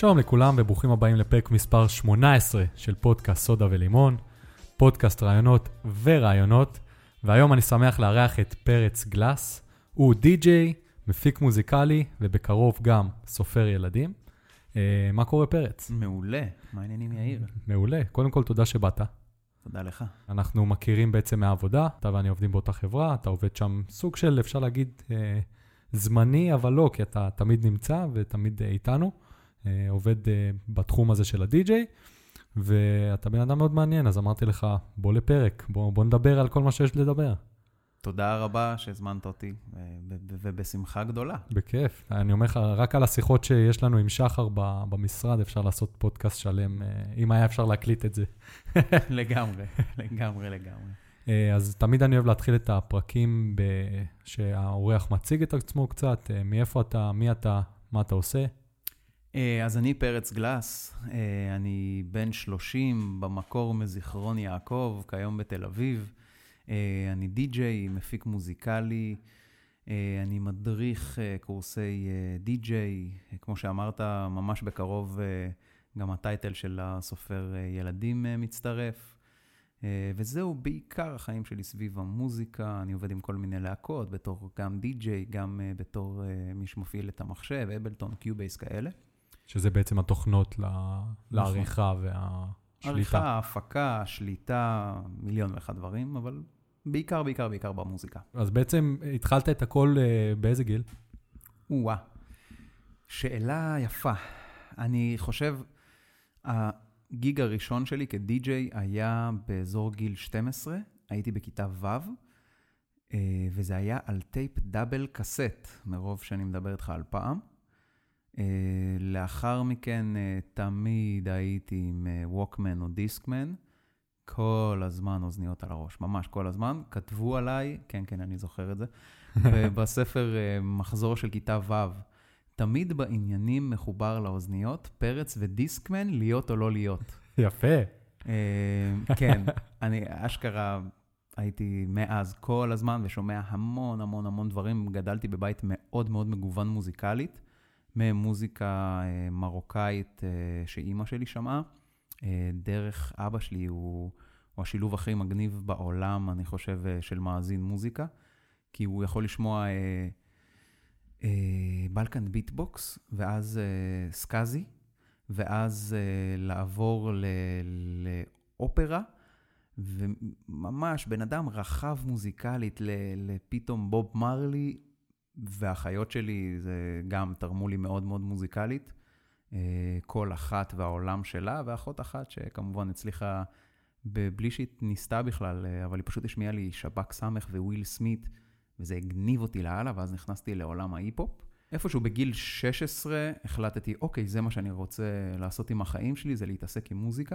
שלום לכולם וברוכים הבאים לפרק מספר 18 של פודקאסט סודה ולימון, פודקאסט רעיונות ורעיונות, והיום אני שמח לארח את פרץ גלס. הוא די-ג'יי, מפיק מוזיקלי ובקרוב גם סופר ילדים. מה קורה פרץ? מעולה, מה העניינים יאיר? מעולה, קודם כל תודה שבאת. תודה לך. אנחנו מכירים בעצם מהעבודה, אתה ואני עובדים באותה חברה, אתה עובד שם סוג של אפשר להגיד זמני, אבל לא, כי אתה תמיד נמצא ותמיד איתנו. עובד בתחום הזה של הדי-ג'יי, ואתה בן אדם מאוד מעניין, אז אמרתי לך, בוא לפרק, בוא נדבר על כל מה שיש לדבר. תודה רבה שהזמנת אותי, ובשמחה גדולה. בכיף. אני אומר לך, רק על השיחות שיש לנו עם שחר במשרד, אפשר לעשות פודקאסט שלם, אם היה אפשר להקליט את זה. לגמרי. אז תמיד אני אוהב להתחיל את הפרקים שהאורח מציג את עצמו קצת, מאיפה אתה, מי אתה, מה אתה עושה. אז אני פרץ גלס, אני בן 30, במקור מזיכרון יעקב, כיום בתל אביב. אני די-ג'יי, מפיק מוזיקלי, אני מדריך קורסי די-ג'יי, כמו שאמרת, ממש בקרוב גם הטייטל של הסופר ילדים מצטרף. וזהו בעיקר החיים שלי סביב המוזיקה, אני עובד עם כל מיני להקות, בתור גם די-ג'יי, גם בתור מי שמפעיל את המחשב, אבלטון, קיובייס כאלה. שזה בעצם התוכנות לעריכה והשליטה. עריכה, הפקה, שליטה, מיליון ואחד דברים, אבל בעיקר במוזיקה. אז בעצם התחלת את הכל באיזה גיל? שאלה יפה. אני חושב, הגיג הראשון שלי כדי-ג'יי היה באזור גיל 12, הייתי בכיתה ו', וזה היה על טייפ דאבל קסט, מרוב שאני מדבר איתך על פעם. לאחר מכן תמיד הייתי עם ווקמן או דיסקמן, כל הזמן אוזניות על הראש, ממש כל הזמן, כתבו עליי, כן, אני זוכר את זה, בספר מחזור של כיתה ו', תמיד בעניינים מחובר לאוזניות, פרץ ודיסקמן, להיות או לא להיות. יפה. כן, אני אשכרה הייתי מאז כל הזמן ושומע המון דברים, גדלתי בבית מאוד מאוד מגוון מוזיקלית, ממוזיקה מרוקאית שאימא שלי שמעה, דרך אבא שלי הוא השילוב הכי מגניב בעולם, אני חושב, של מאזין מוזיקה, כי הוא יכול לשמוע בלקן ביטבוקס, ואז סקאזי, ואז לעבור לאופרה, וממש בן אדם רחב מוזיקלית לפתאום בוב מרלי, והאחיות שלי זה גם תרמו לי מאוד מאוד מוזיקלית, כל אחת והעולם שלה, ואחות אחת שכמובן הצליחה בלי שהיא ניסתה בכלל, אבל היא פשוט השמיעה לי שבק סמך וויל סמית, וזה הגניב אותי להלאה, ואז נכנסתי לעולם ההיפ-הופ. איפשהו בגיל 16 החלטתי, אוקיי, זה מה שאני רוצה לעשות עם החיים שלי, זה להתעסק עם מוזיקה,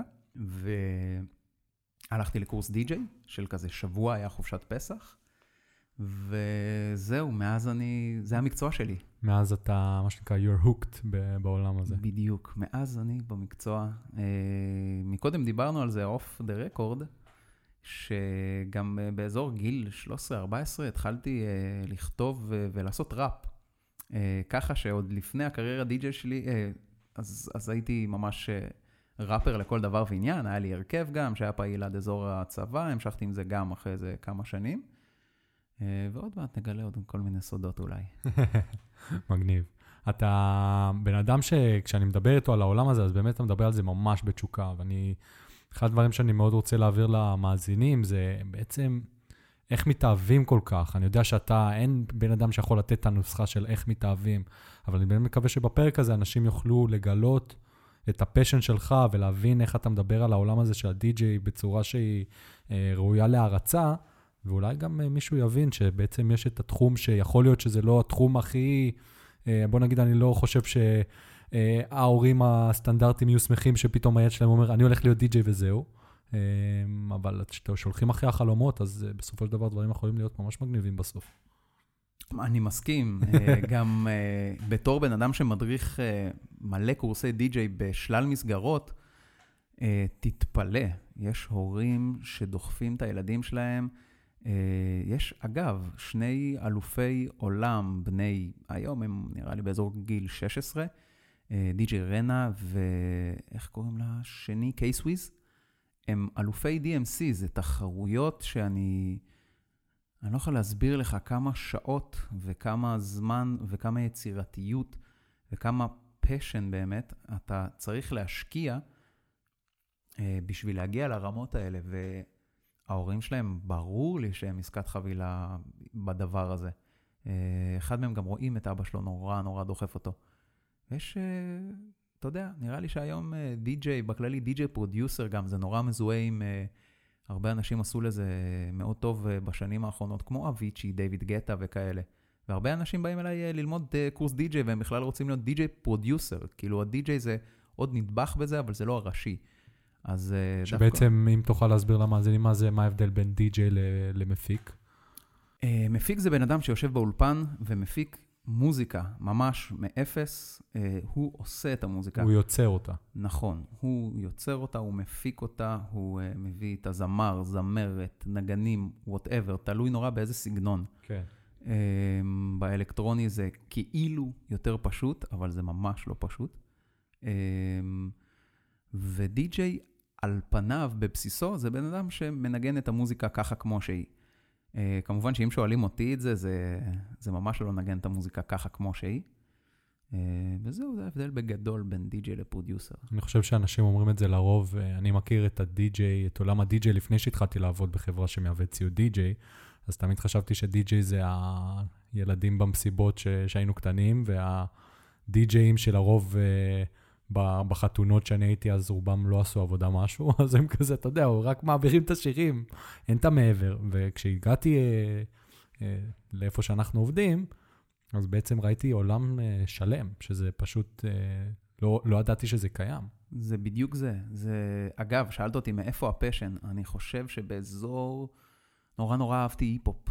והלכתי לקורס די-ג'יי של כזה שבוע, היה חופשת פסח, וזהו, מאז זה המקצוע שלי. מאז אתה, מה שנקרא, you're hooked בעולם הזה. בדיוק, מאז אני במקצוע. מקודם דיברנו על זה off the record, שגם באזור גיל 13-14 התחלתי לכתוב ולעשות ראפ. ככה שעוד לפני הקריירה די-ג'יי שלי, אז הייתי ממש ראפר לכל דבר ועניין, היה לי הרכב גם, שהיה פעיל עד אזור הצבא, המשכתי עם זה גם אחרי זה כמה שנים. ועוד מעט נגלה עוד כל מיני סודות אולי. מגניב. אתה בן אדם שכשאני מדבר איתו על העולם הזה, אז באמת אתה מדבר על זה ממש בתשוקה, אחד הדברים שאני מאוד רוצה להעביר למאזינים, זה בעצם איך מתאהבים כל כך. אני יודע אין בן אדם שיכול לתת את הנוסחה של איך מתאהבים, אבל אני באמת מקווה שבפרק הזה אנשים יוכלו לגלות את הפשן שלך, ולהבין איך אתה מדבר על העולם הזה של הדי-ג'יי בצורה שהיא ראויה להערצה, ואולי גם מישהו יבין שבעצם יש את התחום שיכול להיות שזה לא התחום הכי, בוא נגיד, אני לא חושב שההורים הסטנדרטיים יהיו שמחים שפתאום היד שלהם אומר, אני הולך להיות די-ג'יי וזהו. אבל כשהולכים אחרי החלומות, אז בסופו של דבר דברים יכולים להיות ממש מגניבים בסוף. אני מסכים, גם בתור בן אדם שמדריך מלא קורסי די-ג'יי בשלל מסגרות, תתפלא, יש הורים שדוחפים את הילדים שלהם, יש אגב 2 אלופי עולם בני, היום הם נראה לי באזור גיל 16, די.ג'יי רנה, ואיך קוראים לה? שני, קייסוויז. הם אלופי DMC, זה תחרויות שאני לא יכול להסביר לך כמה שעות וכמה זמן וכמה יצירתיות וכמה פשן באמת אתה צריך להשקיע בשביל להגיע לרמות האלה, וההורים שלהם ברור לי שהם עסקת חבילה בדבר הזה. אחד מהם גם רואים את אבא שלו נורא נורא דוחף אותו. ויש, אתה יודע, נראה לי שהיום די-ג'יי, בכללי די-ג'יי פרודיוסר גם, זה נורא מזוהה עם, הרבה אנשים עשו לזה מאוד טוב בשנים האחרונות, כמו אביצ'י, דיוויד גטה וכאלה. והרבה אנשים באים אליי ללמוד קורס די-ג'יי, והם בכלל רוצים להיות די-ג'יי פרודיוסר. כאילו הדי-ג'יי זה עוד נדבך בזה, אבל זה לא הראשי. אז שבעצם, אם תוכל להסביר למאזינים מה ההבדל בין די-ג'יי למפיק? מפיק זה בן אדם שיושב באולפן ומפיק מוזיקה, ממש מאפס, הוא עושה את המוזיקה. הוא יוצר אותה. נכון, הוא יוצר אותה, הוא מפיק אותה, הוא מביא את הזמר, זמרת, נגנים, whatever, תלוי נורא באיזה סגנון. כן. באלקטרוני זה כאילו יותר פשוט, אבל זה ממש לא פשוט. ודי-ג'יי על פניו בבסיסו, זה בן אדם שמנגן את המוזיקה ככה כמו שהיא. כמובן שאם שואלים אותי את זה, זה ממש לא נגן את המוזיקה ככה כמו שהיא. וזהו, זה ההבדל בגדול בין די-ג'יי לפרודיוסר. אני חושב שאנשים אומרים את זה לרוב, אני מכיר את הדי-ג'יי, את עולם הדי-ג'יי לפני שהתחלתי לעבוד בחברה שמייבא ציוד די-ג'יי, אז תמיד חשבתי שדי-ג'יי זה הילדים במסיבות שהיינו קטנים, והדי-ג'יים של הרוב בחתונות שאני הייתי, אז רובם לא עשו עבודה משהו, אז הם כזה, אתה יודע, רק מעבירים את השירים, אין את המעבר. וכשהגעתי לאיפה שאנחנו עובדים, אז בעצם ראיתי עולם שלם, שזה פשוט, לא ידעתי שזה קיים. זה בדיוק זה. אגב, שאלת אותי מאיפה הפשן, אני חושב שבאזור נורא אהבתי היפ-הופ,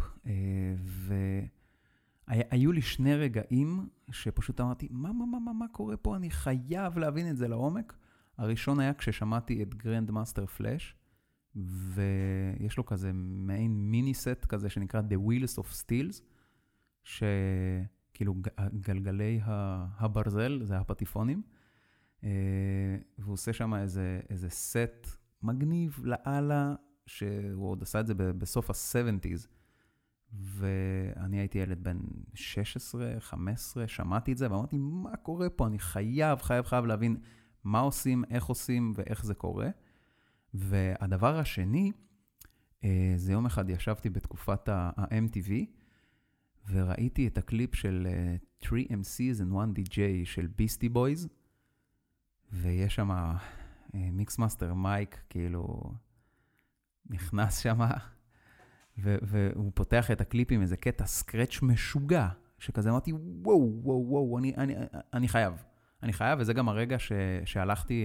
היו לי שני רגעים שפשוט אמרתי, מה קורה פה? אני חייב להבין את זה לעומק. הראשון היה כששמעתי את גרנד מאסטר פלאש, ויש לו כזה מעין מיני סט כזה שנקרא The Wheels of Steels, שכאילו גלגלי הברזל, זה הפטיפונים, והוא עושה שם איזה סט מגניב לאללה, שהוא עוד עשה את זה בסוף ה-70s, ואני הייתי ילד בן 16, 15, שמעתי את זה, ואמרתי, מה קורה פה? אני חייב להבין מה עושים, איך עושים ואיך זה קורה. והדבר השני, זה יום אחד ישבתי בתקופת ה-MTV, וראיתי את הקליפ של 3MCs and 1DJ של ביסטי בויז, ויש שם מיקס מאסטר מייק, כאילו, נכנס שם, והוא פותח את הקליפ עם איזה קטע סקרץ' משוגע, שכזה אמרתי, וואו, אני חייב, וזה גם הרגע שהלכתי,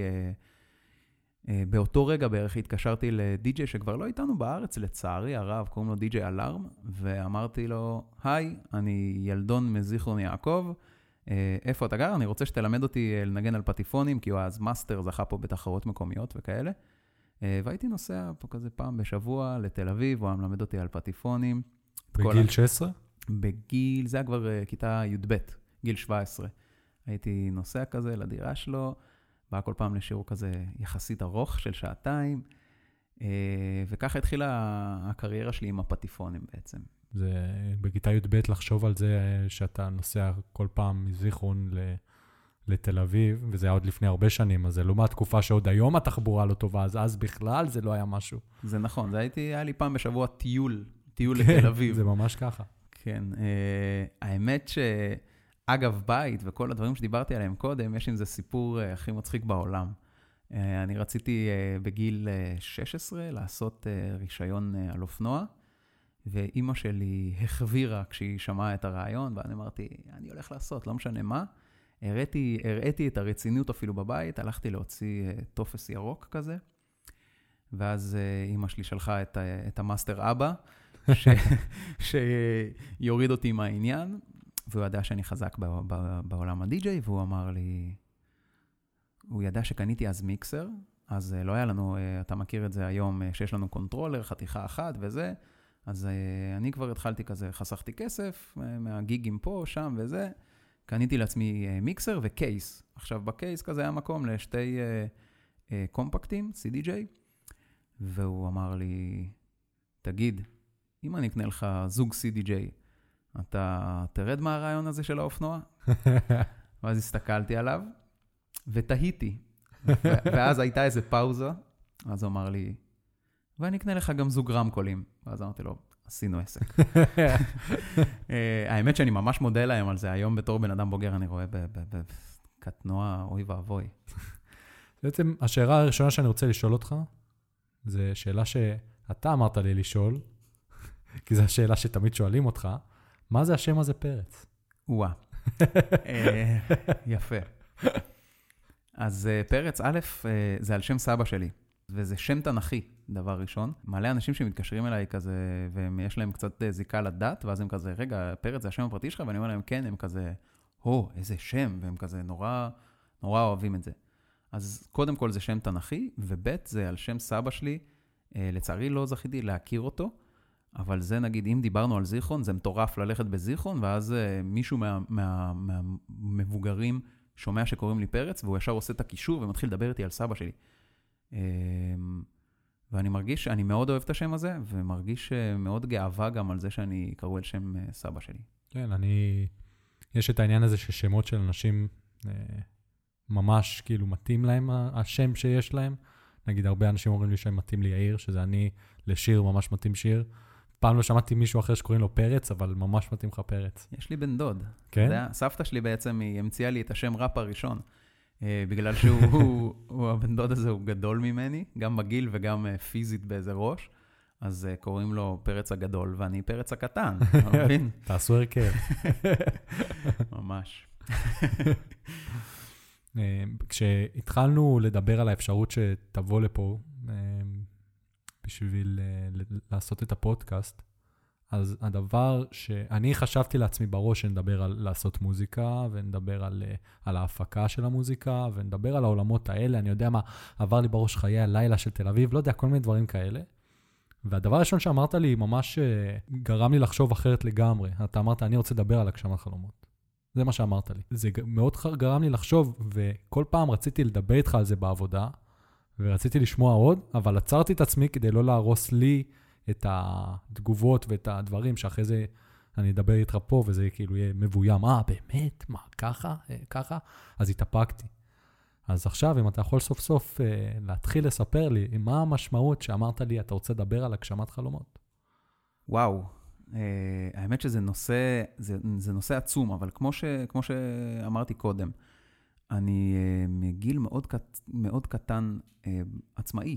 באותו רגע בערך התקשרתי לדי-ג'יי שכבר לא איתנו בארץ, לצערי הרב, קוראים לו די-ג'יי אלארם, ואמרתי לו, היי, אני ילדון מזיכרון יעקב, איפה אתה גר? אני רוצה שתלמד אותי לנגן על פטיפונים, כי הוא אז מאסטר, זכה פה בתחרות מקומיות וכאלה. והייתי נוסע פה כזה פעם בשבוע לתל אביב, הוא היה מלמד אותי על פטיפונים. בגיל 16? בגיל, זה היה כבר כיתה י"ב, גיל 17. הייתי נוסע כזה לדירה שלו, בא כל פעם לשיעור כזה יחסית ארוך של שעתיים, וככה התחילה הקריירה שלי עם הפטיפונים בעצם. זה בכיתה י"ב לחשוב על זה שאתה נוסע כל פעם מזיכרון לתל אביב, וזה היה עוד לפני הרבה שנים, אז זה לא מהתקופה שעוד היום התחבורה לא טובה, אז בכלל זה לא היה משהו. זה נכון, היה לי פעם בשבוע טיול לתל אביב. זה ממש ככה. כן, האמת אגב בית וכל הדברים שדיברתי עליהם קודם, יש עם זה סיפור הכי מצחיק בעולם. אני רציתי בגיל 16 לעשות רישיון על אופנוע, ואימא שלי החבירה כשהיא שמעה את הרעיון, ואני אמרתי, אני הולך לעשות, לא משנה מה. הראיתי את הרצינות אפילו בבית, הלכתי להוציא טופס ירוק כזה, ואז אימא שלי שלחה את המאסטר אבא, שיוריד אותי מהעניין, והוא ידע שאני חזק בעולם הדי-ג'יי, והוא אמר לי, הוא ידע שקניתי אז מיקסר, אז לא היה לנו, אתה מכיר את זה היום, שיש לנו קונטרולר, חתיכה אחת וזה, אז אני כבר התחלתי כזה, חסכתי כסף, מהגיגים פה, שם וזה, קניתי לעצמי מיקסר וקייס. עכשיו, בקייס כזה היה מקום לשתי קומפקטים, CDJ, והוא אמר לי, תגיד, אם אני אקנה לך זוג CDJ, אתה תרד מהרעיון הזה של האופנוע? ואז הסתכלתי עליו, ותהיתי. ואז הייתה איזו פאוזה, אז הוא אמר לי, ואני אקנה לך גם זוג רמקולים. ואז אמרתי לו, עשינו עסק. האמת שאני ממש מודה להם על זה. היום בתור בן אדם בוגר אני רואה בקטנוע, אוי ואבוי. בעצם השאלה הראשונה שאני רוצה לשאול אותך, זו שאלה שאתה אמרת לי לשאול, כי זו השאלה שתמיד שואלים אותך, מה זה השם הזה פרץ? וואה. יפה. אז פרץ א', זה על שם סבא שלי, וזה שם תנכי, דבר ראשון. מלא אנשים שמתקשרים אליי כזה, ויש להם קצת זיקה לדת, ואז הם כזה, רגע, פרץ זה השם הפרטי שלך? ואני אומר להם, כן, הם כזה, איזה שם, והם כזה נורא אוהבים את זה. אז קודם כל זה שם תנכי, וב' זה על שם סבא שלי. לצערי לא זכיתי להכיר אותו, אבל זה נגיד, אם דיברנו על זיכרון, זה מטורף ללכת בזיכרון, ואז מישהו מהמבוגרים שומע שקוראים לי פרץ, והוא ישר עושה את הקישור ומתחיל לדבר איתי על סבא שלי. ואני מרגיש, אני מאוד אוהב את השם הזה, ומרגיש מאוד גאווה גם על זה שאני קראו על שם סבא שלי. כן, יש את העניין הזה ששמות של אנשים ממש כאילו מתאים להם, השם שיש להם. נגיד, הרבה אנשים אומרים לי שהם מתאים לי יאיר, שזה אני לשיר ממש מתאים שיר. פעם לא שמעתי מישהו אחר שקוראים לו פרץ, אבל ממש מתאים לך פרץ. יש לי בן דוד. כן? סבתא שלי בעצם, היא המציאה לי את השם ראפ הראשון, בגלל שהוא, הבן דוד הזה הוא גדול ממני, גם בגיל וגם פיזית באיזה ראש, אז קוראים לו פרץ הגדול, ואני פרץ הקטן, אתה מבין? תעשו הרכב. ממש. כשהתחלנו לדבר על האפשרות שתבוא לפה, בשביל לעשות את הפודקאסט, אז הדבר שאני חשבתי לעצמי בראש, שנדבר על לעשות מוזיקה, ונדבר על ההפקה של המוזיקה, ונדבר על העולמות האלה, אני יודע מה עבר לי בראש חיי הלילה של תל אביב, לא יודע, כל מיני דברים כאלה. והדבר הראשון שאמרת לי, ממש גרם לי לחשוב אחרת לגמרי. אתה אמרת, אני רוצה לדבר על הגשמת חלומות. זה מה שאמרת לי. זה מאוד גרם לי לחשוב, וכל פעם רציתי לדבר איתך על זה בעבודה, ורציתי לשמוע עוד, אבל עצרתי את עצמי כדי לא להרוס לי את התגובות ואת הדברים שאחרי זה אני אדבר איתך פה, וזה כאילו יהיה מבוים. באמת? מה, ככה? ככה? אז התאפקתי. אז עכשיו, אם אתה יכול סוף סוף להתחיל לספר לי, מה המשמעות שאמרת לי, אתה רוצה לדבר על הגשמת חלומות? וואו. האמת שזה זה נושא עצום, אבל כמו שאמרתי קודם, אני מגיל מאוד קטן עצמאי.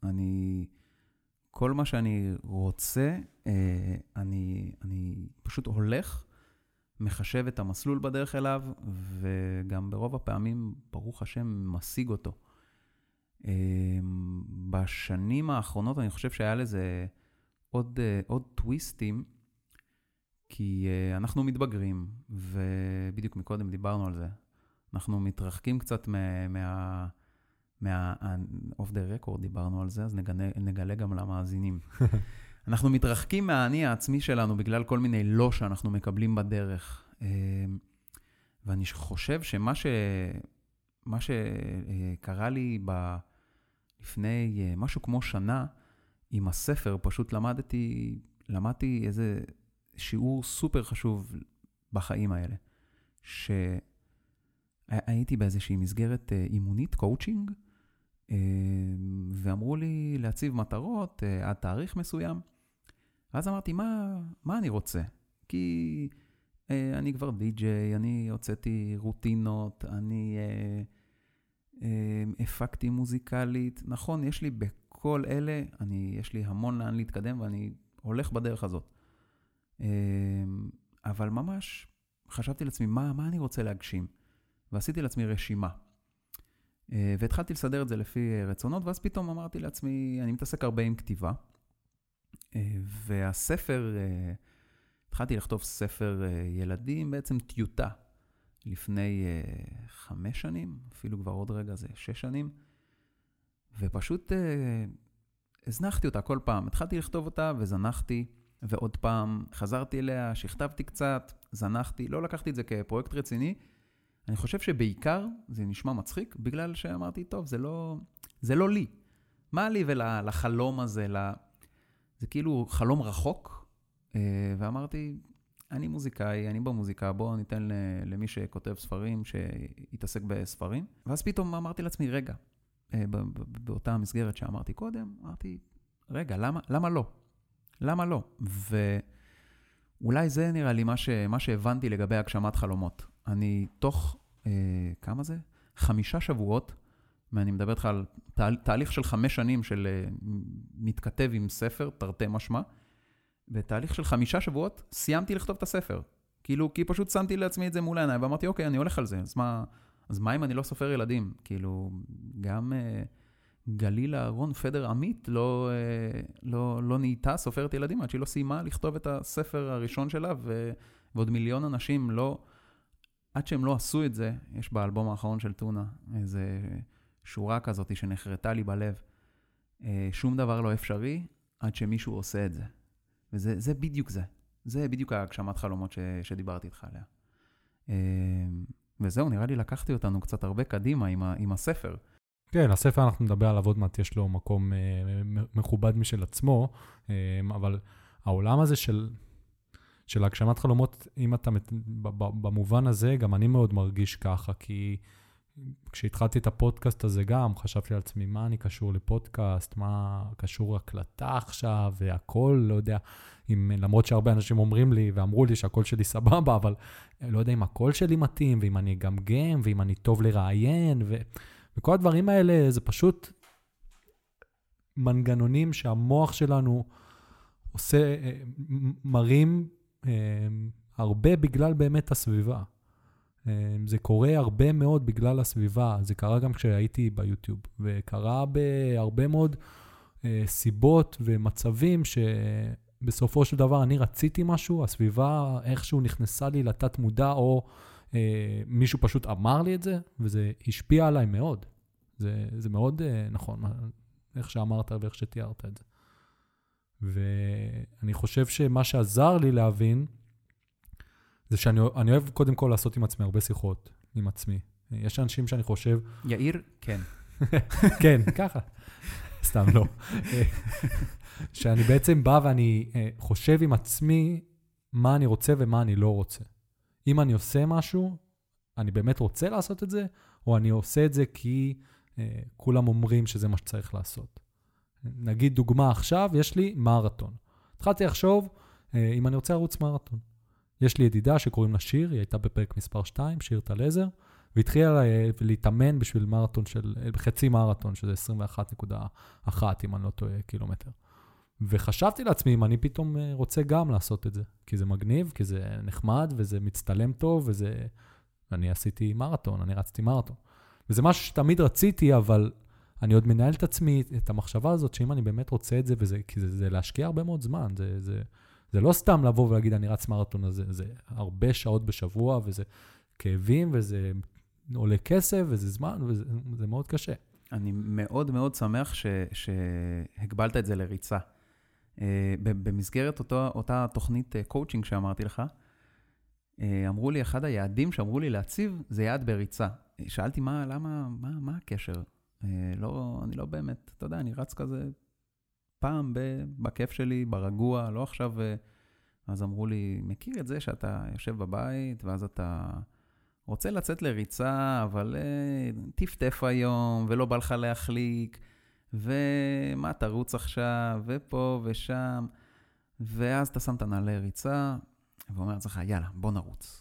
כל מה שאני רוצה, אני פשוט הולך, מחשב את המסלול בדרך אליו, וגם ברוב הפעמים, ברוך השם, משיג אותו. בשנים האחרונות אני חושב שהיה לזה עוד טוויסטים, כי אנחנו מתבגרים, ובדיוק מקודם דיברנו על זה. אנחנו מתרחקים קצת off the record דיברנו על זה, אז נגלה גם למאזינים. אנחנו מתרחקים מהאני העצמי שלנו בגלל כל מיני לא שאנחנו מקבלים בדרך. ואני חושב מה שקרה לי לפני משהו כמו שנה, עם הספר, פשוט למדתי איזה שיעור סופר חשוב בחיים האלה. שהייתי באיזושהי מסגרת אימונית, קואוצ'ינג, ואמרו לי להציב מטרות עד תאריך מסוים. ואז אמרתי, מה אני רוצה? כי אני כבר די-ג'יי, אני הוצאתי רוטינות, אני הפקתי מוזיקלית. נכון, יש לי בכל אלה, יש לי המון לאן להתקדם, ואני הולך בדרך הזאת. אבל ממש חשבתי לעצמי, מה אני רוצה להגשים? ועשיתי לעצמי רשימה. והתחלתי לסדר את זה לפי רצונות, ואז פתאום אמרתי לעצמי, אני מתעסק הרבה עם כתיבה. והספר, התחלתי לכתוב ספר ילדים, בעצם טיוטה, לפני 5 שנים, אפילו כבר עוד רגע זה 6 שנים, ופשוט הזנחתי אותה כל פעם. התחלתי לכתוב אותה וזנחתי, ועוד פעם חזרתי אליה, שכתבתי קצת, זנחתי, לא לקחתי את זה כפרויקט רציני. אני חושב שבעיקר זה נשמע מצחיק, בגלל שאמרתי, טוב, זה לא לי. מה לי ולחלום הזה? זה כאילו חלום רחוק, ואמרתי, אני מוזיקאי, אני במוזיקה, בוא ניתן למי שכותב ספרים, שיתעסק בספרים. ואז פתאום אמרתי לעצמי, רגע, באותה מסגרת שאמרתי קודם, אמרתי, רגע, למה לא? למה לא? ואולי זה נראה לי מה שהבנתי לגבי הגשמת חלומות. אני תוך, כמה זה? 5 שבועות, ואני מדבר איתך על תהליך של 5 שנים של מתכתב עם ספר, תרתי משמע, בתהליך של 5 שבועות סיימתי לכתוב את הספר. כאילו, כי פשוט שמתי לעצמי את זה מול העיניים, ואמרתי, אוקיי, אני הולך על זה, אז מה אם אני לא סופר ילדים? כאילו, גם גלילה רון פדר עמית לא נהייתה סופרת ילדים, עד שהיא לא סיימה לכתוב את הספר הראשון שלה, ועוד מיליון אנשים עד שהם לא עשו את זה, יש באלבום האחרון של טונה, איזה שורה כזאת שנחרטה לי בלב, שום דבר לא אפשרי, עד שמישהו עושה את זה. וזה בדיוק זה. זה בדיוק הגשמת חלומות שדיברתי איתך עליה. וזהו, נראה לי לקחתי אותנו קצת הרבה קדימה עם הספר. כן, הספר אנחנו נדבר עליו עוד מעט, יש לו מקום מכובד משל עצמו, אבל העולם הזה של הגשמת חלומות, אם אתה במובן הזה, גם אני מאוד מרגיש ככה, כי כשהתחלתי את הפודקאסט הזה גם, חשבתי על עצמי, מה אני קשור לפודקאסט, מה קשור הקלטה עכשיו, והכל, לא יודע, למרות שהרבה אנשים אומרים לי, ואמרו לי שהקול שלי סבבה, אבל לא יודע אם הקול שלי מתאים, ואם אני גמגם, ואם אני טוב לראיין, וכל הדברים האלה, זה פשוט מנגנונים שהמוח שלנו מרים הרבה בגלל באמת הסביבה. זה קורה הרבה מאוד בגלל הסביבה, זה קרה גם כשהייתי ביוטיוב, וקרה בהרבה מאוד סיבות ומצבים שבסופו של דבר אני רציתי משהו, הסביבה איכשהו נכנסה לי לתת מודע, או מישהו פשוט אמר לי את זה, וזה השפיע עליי מאוד. זה מאוד נכון, איך שאמרת ואיך שתיארת את זה. ואני חושב שמה שעזר לי להבין, זה שאני אוהב קודם כל לעשות עם עצמי הרבה שיחות, עם עצמי. יש אנשים שאני חושב... יאיר? כן. כן, ככה. סתם לא. שאני בעצם בא ואני חושב עם עצמי מה אני רוצה ומה אני לא רוצה. אם אני עושה משהו, אני באמת רוצה לעשות את זה, או אני עושה את זה כי כולם אומרים שזה מה שצריך לעשות. נגיד דוגמה עכשיו, יש לי מרתון. התחלתי לחשוב אם אני רוצה לרוץ מרתון. יש לי ידידה שקוראים לה שיר, היא הייתה בפרק מספר 2, שיר טלזר, והתחילה להתאמן בשביל מרתון חצי מרתון, שזה 21.1, אם אני לא טועה, קילומטר. וחשבתי לעצמי אם אני פתאום רוצה גם לעשות את זה, כי זה מגניב, כי זה נחמד, וזה מצטלם טוב, אני עשיתי מרתון, אני רצתי מרתון. וזה משהו שתמיד רציתי, אבל אני עוד מנהל את עצמי, את המחשבה הזאת, שאם אני באמת רוצה את זה, כי זה להשקיע הרבה מאוד זמן, זה לא סתם לבוא ולהגיד, אני רץ מרתון הזה, זה הרבה שעות בשבוע, וזה כאבים, וזה עולה כסף, וזה זמן, וזה מאוד קשה. אני מאוד מאוד שמח שהגבלת את זה לריצה. במסגרת אותה תוכנית קואוצ'ינג שאמרתי לך, אמרו לי, אחד היעדים שאמרו לי להציב, זה יעד בריצה. שאלתי, מה הקשר? אני לא באמת, אתה יודע, אני רץ כזה פעם בכיף שלי, ברגוע, לא עכשיו. אז אמרו לי, מכיר את זה שאתה יושב בבית, ואז אתה רוצה לצאת לריצה, אבל תפטף היום, ולא בא לך להחליק, ומה תרוץ עכשיו, ופה ושם, ואז אתה שם את הנעלי ריצה, ואומר לך, יאללה, בוא נרוץ.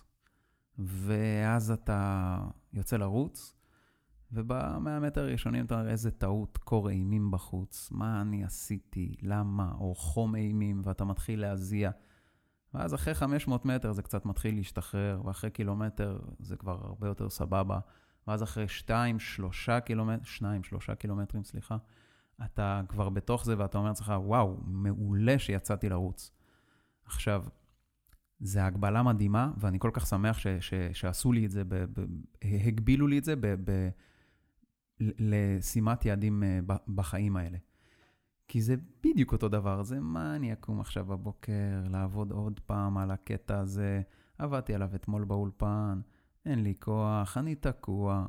ואז אתה יוצא לרוץ, וב100 מטר ראשונים אתה אומר, איזה טעות, קור אימים בחוץ, מה אני עשיתי, למה, או חום אימים, ואתה מתחיל להזיע. ואז אחרי 500 מטר זה קצת מתחיל להשתחרר, ואחרי קילומטר זה כבר הרבה יותר סבבה. ואז אחרי 2-3 קילומטרים, אתה כבר בתוך זה, ואתה אומר לך, וואו, מעולה שיצאתי לרוץ. עכשיו, זה הגבלה מדהימה, ואני כל כך שמח שעשו לי את זה, הגבילו לי את זה לשימת יעדים בחיים האלה. כי זה בדיוק אותו דבר. זה מה אני אקום עכשיו בבוקר, לעבוד עוד פעם על הקטע הזה, עבדתי עליו אתמול באולפן, אין לי כוח, אני תקוע,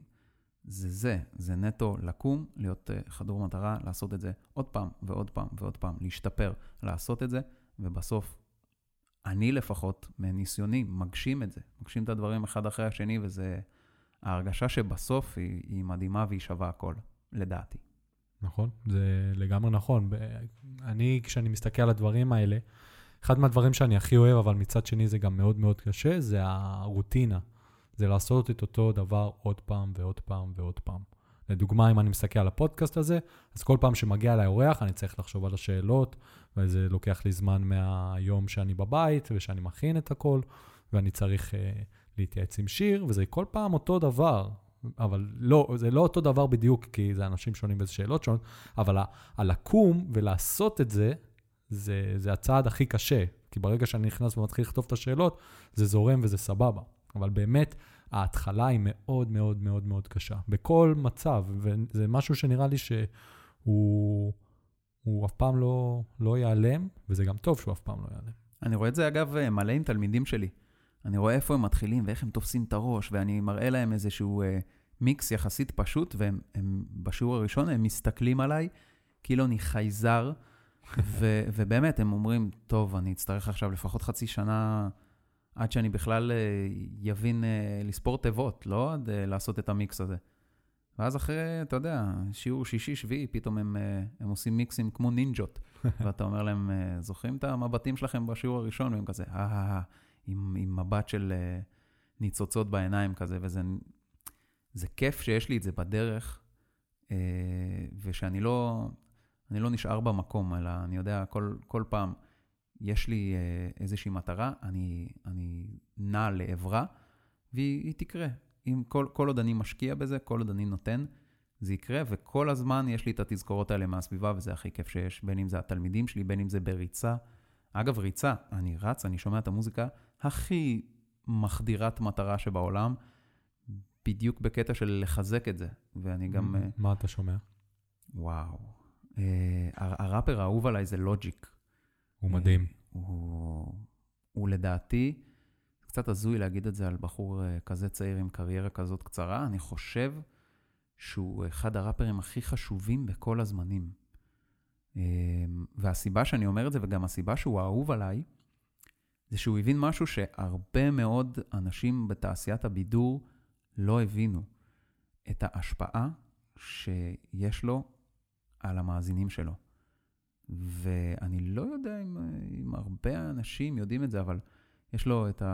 זה נטו לקום, להיות חדור מטרה, לעשות את זה עוד פעם ועוד פעם ועוד פעם, להשתפר, לעשות את זה, ובסוף אני לפחות מניסיוני מגשים את זה, מגשים את הדברים אחד אחרי השני, וזה ההרגשה שבסוף היא מדהימה והיא שווה הכל, לדעתי. נכון, זה לגמרי נכון. כשאני מסתכל על הדברים האלה, אחד מהדברים שאני הכי אוהב, אבל מצד שני זה גם מאוד מאוד קשה, זה הרוטינה. זה לעשות את אותו דבר עוד פעם ועוד פעם ועוד פעם. לדוגמה, אם אני מסתכל על הפודקאסט הזה, אז כל פעם שמגיע אליי אורח, אני צריך לחשוב על השאלות, וזה לוקח לי זמן מהיום שאני בבית, ושאני מכין את הכל, ואני צריך להתייעץ עם שיר, וזה כל פעם אותו דבר. אבל לא, זה לא אותו דבר בדיוק, כי זה אנשים שונים באיזה שאלות שונות, אבל הלקום ולעשות את זה, זה הצעד הכי קשה. כי ברגע שאני נכנס ומתחיל לכתוב את השאלות, זה זורם וזה סבבה. אבל באמת, ההתחלה היא מאוד מאוד מאוד מאוד קשה. בכל מצב, וזה משהו שנראה לי שהוא אף פעם לא ייעלם, וזה גם טוב שהוא אף פעם לא ייעלם. אני רואה את זה אגב מלא עם תלמידים שלי. אני רואה איפה הם מתחילים ואיך הם תופסים את הראש, ואני מראה להם איזשהו מיקס יחסית פשוט, והם בשיעור הראשון הם מסתכלים עליי, כאילו אני חייזר, ובאמת הם אומרים, טוב, אני אצטרך עכשיו לפחות חצי שנה, עד שאני בכלל יבין לספור תיבות, לא עד לעשות את המיקס הזה. ואז אחרי, אתה יודע, שיעור שישי, שביעי, פתאום הם עושים מיקסים כמו נינג'ות, ואתה אומר להם, זוכרים את המבטים שלכם בשיעור הראשון, והם כזה, עם מבט של ניצוצות בעיניים כזה, וזה כיף שיש לי את זה בדרך, ושאני לא נשאר במקום, אלא אני יודע, כל פעם יש לי איזושהי מטרה, אני נע לעברה, והיא תקרה. אם כל עוד אני משקיע בזה, כל עוד אני נותן, זה יקרה, וכל הזמן יש לי את התזכורות האלה מהסביבה, וזה הכי כיף שיש, בין אם זה התלמידים שלי, בין אם זה בריצה. אגב, ריצה, אני רץ, אני שומע את המוזיקה הכי מחדירת מטרה שבעולם, בדיוק בקטע של לחזק את זה, ואני גם... מה אתה שומע? וואו. הראפר האהוב עליי זה לוג'יק. הוא מדהים. הוא לדעתי, קצת הזוי להגיד את זה על בחור כזה צעיר עם קריירה כזאת קצרה, אני חושב שהוא אחד הראפרים הכי חשובים בכל הזמנים. והסיבה שאני אומר את זה, וגם הסיבה שהוא אהוב עליי, זה שהוא הבין משהו שהרבה מאוד אנשים בתעשיית הבידור לא הבינו, את ההשפעה שיש לו על המאזינים שלו. ואני לא יודע אם הרבה אנשים יודעים את זה, אבל יש לו את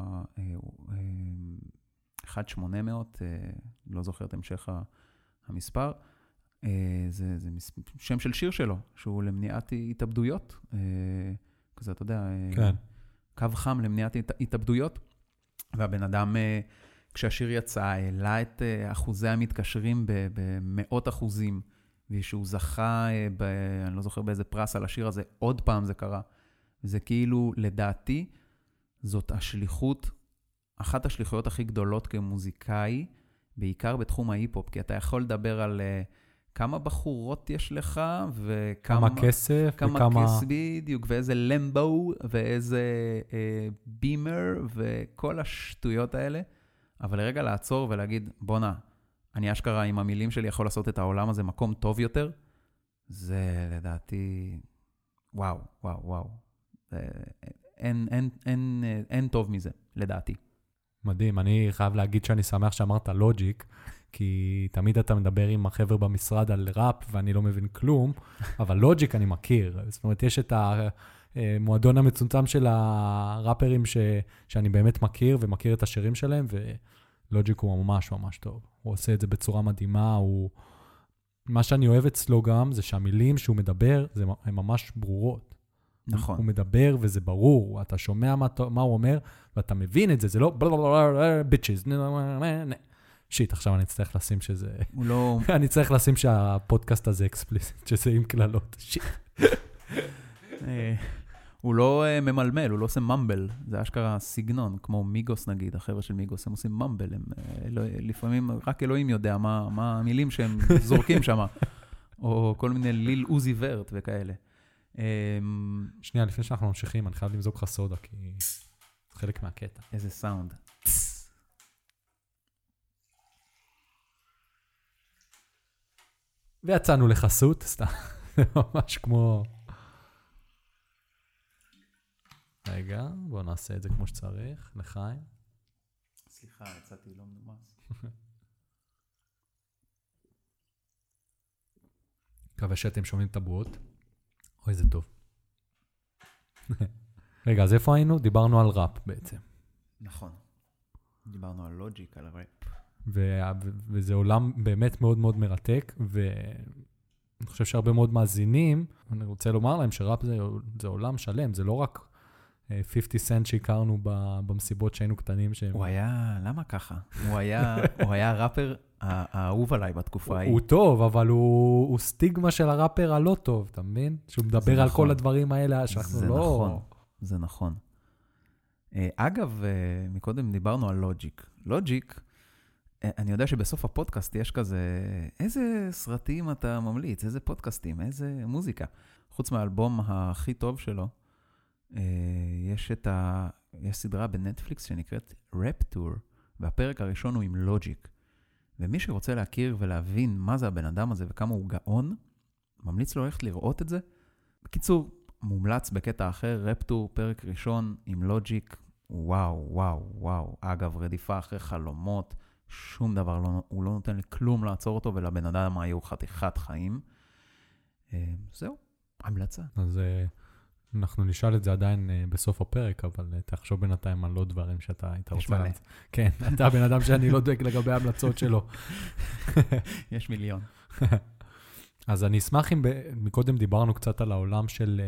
ה-1-800, לא זוכר את המשך המספר, זה שם של שיר שלו, שהוא למניעת התאבדויות, כזה, אתה יודע, כן. קו חם למניעת התאבדויות, והבן אדם, כשהשיר יצא, העלה את אחוזי המתקשרים במאות אחוזים, ושהוא זכה, אני לא זוכר באיזה פרס על השיר הזה, עוד פעם זה קרה. זה כאילו, לדעתי, זאת השליחות, אחת השליחויות הכי גדולות כמוזיקאי, בעיקר בתחום ההיפ-הופ, כי אתה יכול לדבר על כמה בחורות יש לך, וכמה כסף, וכמה כסף בדיוק, ואיזה למבו, ואיזה בימר, וכל השטויות האלה. אבל לרגע לעצור ולהגיד, בונה, אני אשכרה עם המילים שלי יכול לעשות את העולם הזה מקום טוב יותר, זה לדעתי, וואו, וואו, וואו. אין טוב מזה, לדעתי. מדהים, אני חייב להגיד שאני שמח שאמרת לוג'יק, כי תמיד אתה מדבר עם החבר במשרד על ראפ, ואני לא מבין כלום, אבל לוג'יק אני מכיר. זאת אומרת, יש את המועדון המצומצם של הראפרים שאני באמת מכיר, ומכיר את השירים שלהם, ולוג'יק הוא ממש ממש טוב. הוא עושה את זה בצורה מדהימה, מה שאני אוהב אצלו גם, זה שהמילים שהוא מדבר, הן ממש ברורות. נכון. הוא מדבר וזה ברור, אתה שומע מה הוא אומר, ואתה מבין את זה, זה לא ביצ'ז, שיט, עכשיו אני צריך לשים שזה... הוא לא... אני צריך לשים שהפודקאסט הזה אקספליסיט, שזה עם כללות, שיט. הוא לא ממלמל, הוא לא עושה ממבל, זה אשכרה סגנון, כמו מיגוס נגיד, החבר'ה של מיגוס, הם עושים ממבל, לפעמים רק אלוהים יודע מה המילים שהם זורקים שם, או כל מיני ליל עוזי ורט וכאלה. שנייה, לפני שאנחנו ממשיכים, אני חייב למזוג לך סודה, כי זה חלק מהקטע. איזה סאונד. ויצאנו לחסות, סתם, זה ממש כמו... רגע, בואו נעשה את זה כמו שצריך, לחיים. סליחה, יצאתי לא מנומס. מקווה שאתם שומעים את הבועות. אוי, זה טוב. רגע, אז איפה היינו? דיברנו על ראפ בעצם. נכון. דיברנו על לוג'יק, על ראפ. וזה עולם באמת מאוד מאוד מרתק, ואני חושב שהרבה מאוד מאזינים, אני רוצה לומר להם שראפ זה עולם שלם, זה לא רק 50 סנט שהכרנו במסיבות שהיינו קטנים. הוא היה, למה ככה? הוא היה ראפר האהוב עליי בתקופה ההיא. הוא טוב, אבל הוא סטיגמה של הראפר הלא טוב, אתה מבין? שהוא מדבר על כל הדברים האלה שאנחנו לא... זה נכון. אגב, מקודם דיברנו על לוג'יק. לוג'יק, אני יודע שבסוף הפודקאסט יש כזה, איזה סרטים אתה ממליץ, איזה פודקאסטים, איזה מוזיקה. חוץ מהאלבום הכי טוב שלו, יש סדרה בנטפליקס שנקראת רפטור, והפרק הראשון הוא עם לוג'יק. ומי שרוצה להכיר ולהבין מה זה הבן אדם הזה וכמה הוא גאון, ממליץ לו ללכת לראות את זה. בקיצור, מומלץ בקטע אחר, רפטור, פרק ראשון עם לוג'יק, וואו, וואו, וואו. אגב, רדיפה אחרי חלומות, שום דבר, הוא לא נותן לי כלום לעצור אותו, ולבן אדם היו חתיכת חיים. זהו, המלצה. אז אנחנו נשאל את זה עדיין בסוף הפרק, אבל תחשוב בינתיים על עוד דברים שאתה היית רוצה להמליץ. כן, אתה בן אדם שאני לא דואג לגבי ההמלצות שלו. יש מיליון. אז אני אשמח אם מקודם דיברנו קצת על העולם של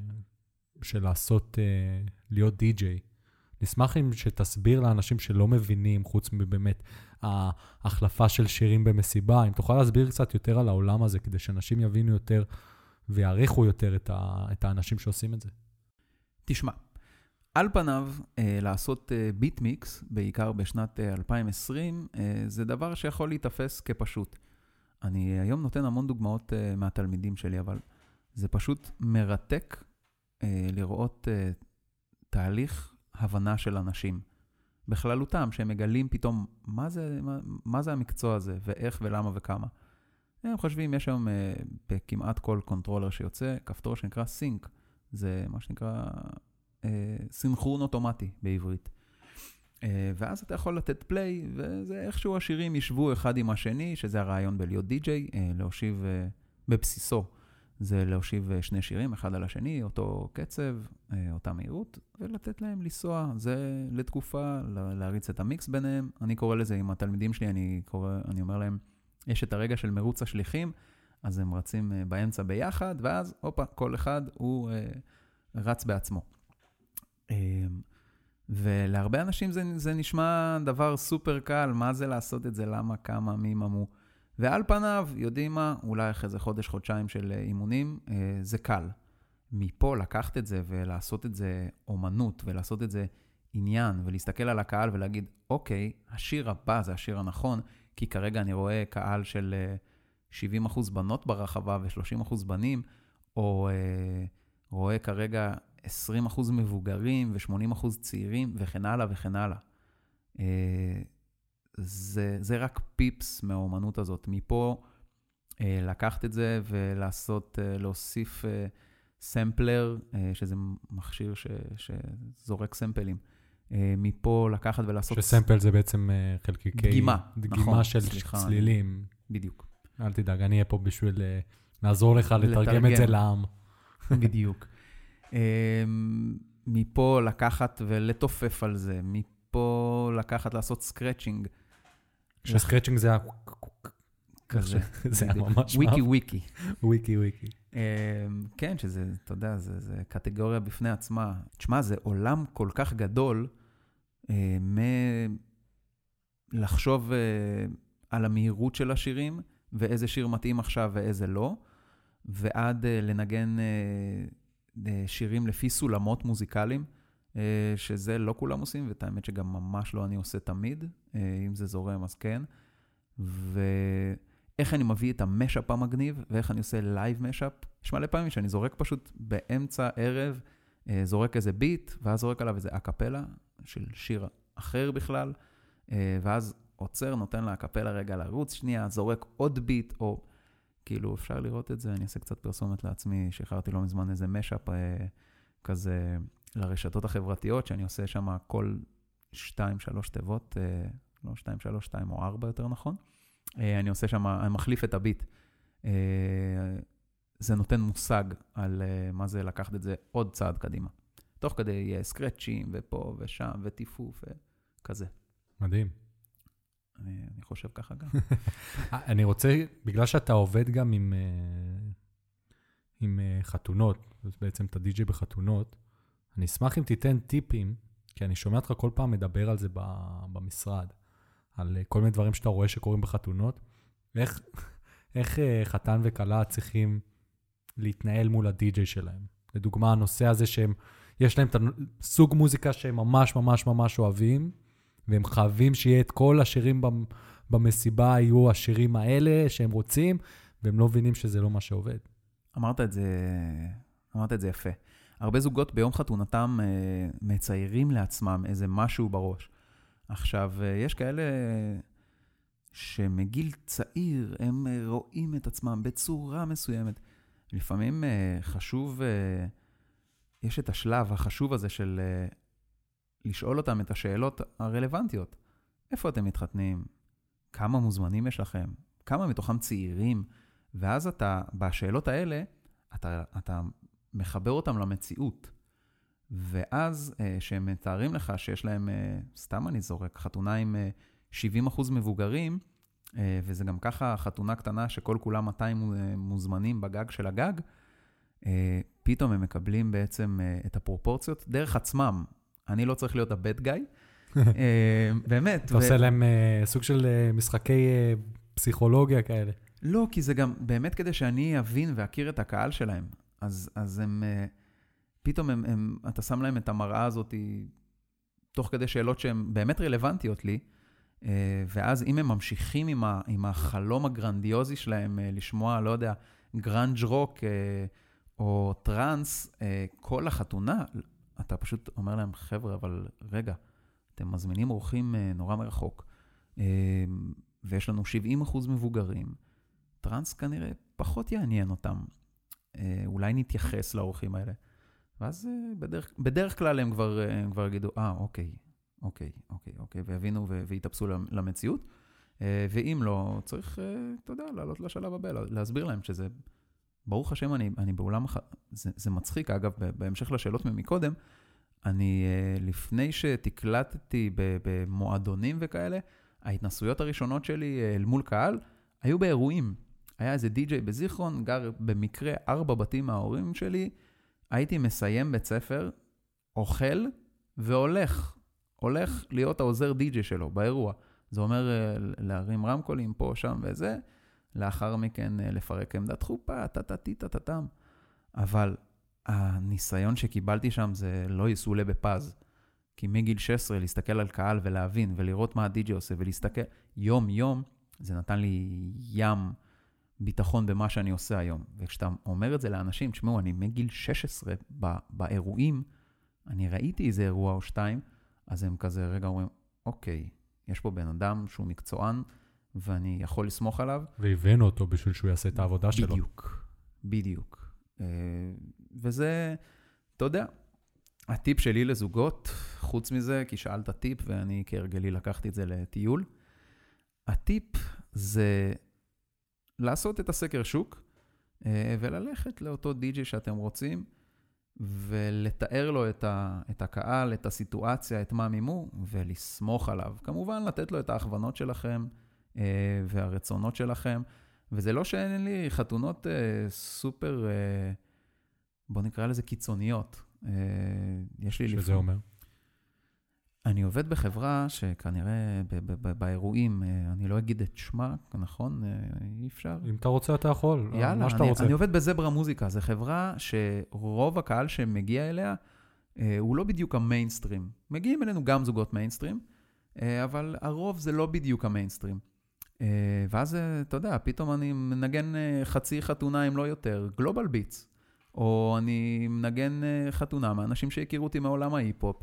לעשות, להיות די-ג'יי. נשמח אם שתסביר לאנשים שלא מבינים, חוץ מבאמת ההחלפה של שירים במסיבה, אם תוכל להסביר קצת יותר על העולם הזה, כדי שאנשים יבינו יותר ויעריכו יותר את האנשים שעושים את זה. תשמע, על פניו, לעשות ביט מיקס, בעיקר בשנת 2020, זה דבר שיכול להתאפס כפשוט. אני היום נותן המון דוגמאות מהתלמידים שלי, אבל זה פשוט מרתק לראות תהליך הבנה של אנשים. בכללותם, שהם מגלים פתאום מה זה המקצוע הזה, ואיך ולמה וכמה. הם חושבים, יש היום בכמעט כל קונטרולר שיוצא, כפתור שנקרא סינק. זה מה שנקרא סינכרון אוטומטי בעברית. ואז אתה יכול לתת פליי, וזה איכשהו השירים ישבו אחד עם השני, שזה הרעיון בלהיות די-ג'יי, להושיב בבסיסו. זה להושיב שני שירים, אחד על השני, אותו קצב, אותה מהירות, ולתת להם לנסוע. זה לתקופה, להריץ את המיקס ביניהם. אני קורא לזה עם התלמידים שלי, אני אומר להם, יש את הרגע של מרוץ השליחים, אז הם רצים באמצע ביחד, ואז, הופה, כל אחד הוא רץ בעצמו. ולהרבה אנשים זה נשמע דבר סופר קל, מה זה לעשות את זה, למה, כמה, מי, ממו. ועל פניו, יודעים מה, אולי אחרי זה חודש, חודשיים של אימונים, זה קל. מפה לקחת את זה ולעשות את זה אומנות, ולעשות את זה עניין, ולהסתכל על הקהל ולהגיד, אוקיי, השיר הבא זה השיר הנכון, כי כרגע אני רואה קהל של 70% בנות ברחבה ו30% בנים, או רואה כרגע 20% מבוגרים ו80% צעירים, וכן הלאה וכן הלאה. זה רק פיפס מהאומנות הזאת. מפה לקחת את זה ולעשות, להוסיף סמפלר, שזה מכשיר שזורק סמפלים. מפה לקחת ולעשות... שסמפל זה בעצם חלקיקי... דגימה, נכון. של צלילים. בדיוק. אל תדאג, אני אהיה פה בשביל לעזור לך לתרגם את זה לעם. בדיוק. מפה לקחת ולתופף על זה. מפה לקחת לעשות סקרצ'ינג. שסקרצ'ינג זה כזה. זה ממש... וויקי. וויקי. כן, שזה, אתה יודע, זה קטגוריה בפני עצמה. תשמע, זה עולם כל כך גדול, לחשוב על המהירות של השירים, ואיזה שיר מתאים עכשיו ואיזה לא, ועד לנגן שירים לפי סולמות מוזיקליים, שזה לא כולם עושים, ואת האמת שגם ממש לא אני עושה תמיד, אם זה זורם אז כן. איך אני מביא את המשאפ המגניב, ואיך אני עושה לייב משאפ. יש מלא פעמים שאני זורק פשוט באמצע ערב, זורק איזה ביט, ואז זורק עליו איזה אקפלה של שיר אחר בכלל, ואז עוצר, נותן לה אקפלה רגע לרוץ שנייה, זורק עוד ביט, או כאילו אפשר לראות את זה, אני אעשה קצת פרסומת לעצמי, שחררתי לא מזמן איזה משאפ כזה לרשתות החברתיות, שאני עושה שם כל 2-3 תיבות, לא 2 או 4 יותר נכון, אני עושה שם, אני מחליף את הביט. זה נותן מושג על מה זה לקחת את זה עוד צעד קדימה. תוך כדי סקרצ'ים ופה ושם וטיפוף וכזה. מדהים. אני חושב ככה גם. אני רוצה, בגלל שאתה עובד גם עם חתונות, בעצם אתה די-ג'יי בחתונות, אני אשמח אם תיתן טיפים, כי אני שומע אותך כל פעם מדבר על זה במשרד, על כל מיני דברים שאתה רואה שקורים בחתונות, איך חתן וקלה צריכים להתנהל מול הדי-ג'יי שלהם. לדוגמה, הנושא הזה יש להם סוג מוזיקה שהם ממש ממש ממש אוהבים, והם חייבים שיהיה את כל השירים במסיבה, יהיו השירים האלה שהם רוצים, והם לא מבינים שזה לא מה שעובד. אמרת את זה יפה. הרבה זוגות ביום חתונתם מציירים לעצמם איזה משהו בראש. עכשיו, יש כאלה שמגיל צעיר הם רואים את עצמם בצורה מסוימת. לפעמים חשוב, יש את השלב החשוב הזה של לשאול אותם את השאלות הרלוונטיות. איפה אתם מתחתנים? כמה מוזמנים יש לכם? כמה מתוכם צעירים? ואז בשאלות האלה, אתה מחבר אותם למציאות. ואז שהם מתארים לך שיש להם, סתם אני זורק, חתונה עם 70% מבוגרים, וזה גם ככה חתונה קטנה שכל כולם 200 מוזמנים בגג של הגג, פתאום הם מקבלים בעצם את הפרופורציות דרך עצמם. אני לא צריך להיות הבד גאי. באמת. אתה עושה להם סוג של משחקי פסיכולוגיה כאלה. לא, כי זה גם באמת כדי שאני אבין ואכיר את הקהל שלהם. אז הם, פתאום אתה שם להם את המראה הזאת, תוך כדי שאלות שהן באמת רלוונטיות לי, ואז אם הם ממשיכים עם החלום הגרנדיוזי שלהם, לשמוע, לא יודע, גרנג' רוק או טרנס, כל החתונה, אתה פשוט אומר להם, חבר'ה, אבל רגע, אתם מזמינים אורחים נורא מרחוק, ויש לנו 70% מבוגרים, טרנס כנראה פחות יעניין אותם, אולי נתייחס לאורחים האלה, ואז בדרך כלל הם כבר יגידו, אוקיי, והבינו והתאפסו למציאות, ואם לא, צריך, אתה יודע, לעלות לשלב הבא, להסביר להם שזה, ברוך השם, אני בעולם, זה מצחיק, אגב, בהמשך לשאלות ממקודם, אני, לפני שתקלטתי במועדונים וכאלה, ההתנסויות הראשונות שלי אל מול קהל, היו באירועים. היה איזה די-ג'יי בזיכרון, גר במקרה 4 בתים מההורים שלי, הייתי מסיים בית ספר, אוכל והולך להיות העוזר די-ג'יי שלו באירוע. זה אומר להרים רמקולים פה, שם וזה, לאחר מכן לפרק עמדת חופה, טטטטטטם. אבל הניסיון שקיבלתי שם זה לא יסולה בפז. כי מגיל 16 להסתכל על קהל ולהבין ולראות מה הדי-ג'יי עושה ולהסתכל יום, זה נתן לי ים ביטחון במה שאני עושה היום. וכשאתה אומר את זה לאנשים, תשמעו, אני מגיל 16 באירועים, אני ראיתי איזה אירוע או 2, אז הם כזה רגע אומרים, אוקיי, יש פה בן אדם שהוא מקצוען, ואני יכול לסמוך עליו. והבאנו אותו בשביל שהוא יעשה את העבודה שלו. בדיוק. וזה, אתה יודע, הטיפ שלי לזוגות, חוץ מזה, כי שאלת טיפ, ואני כהרגלי לקחתי את זה לטיול, הטיפ זה לעשות את הסקר שוק, וללכת לאותו די-ג'יי שאתם רוצים, ולתאר לו את הקהל, את הסיטואציה, את מה מימו, ולסמוך עליו. כמובן, לתת לו את ההכוונות שלכם, והרצונות שלכם, וזה לא שאין לי חתונות סופר, בוא נקרא לזה קיצוניות. יש לי שזה אומר? אני עובד בחברה שכנראה באירועים, אני לא אגיד את שמה, נכון? אי אפשר. אם אתה רוצה, אתה יכול. יאללה, אני עובד בזברה מוזיקה. זו חברה שרוב הקהל שמגיע אליה, הוא לא בדיוק המיינסטרים. מגיעים אלינו גם זוגות מיינסטרים, אבל הרוב זה לא בדיוק המיינסטרים. ואז, אתה יודע, פתאום אני מנגן חצי חתונה אם לא יותר, גלובל ביטס, או אני מנגן חתונה מאנשים שהכירו אותי מעולם ההיפ-הופ,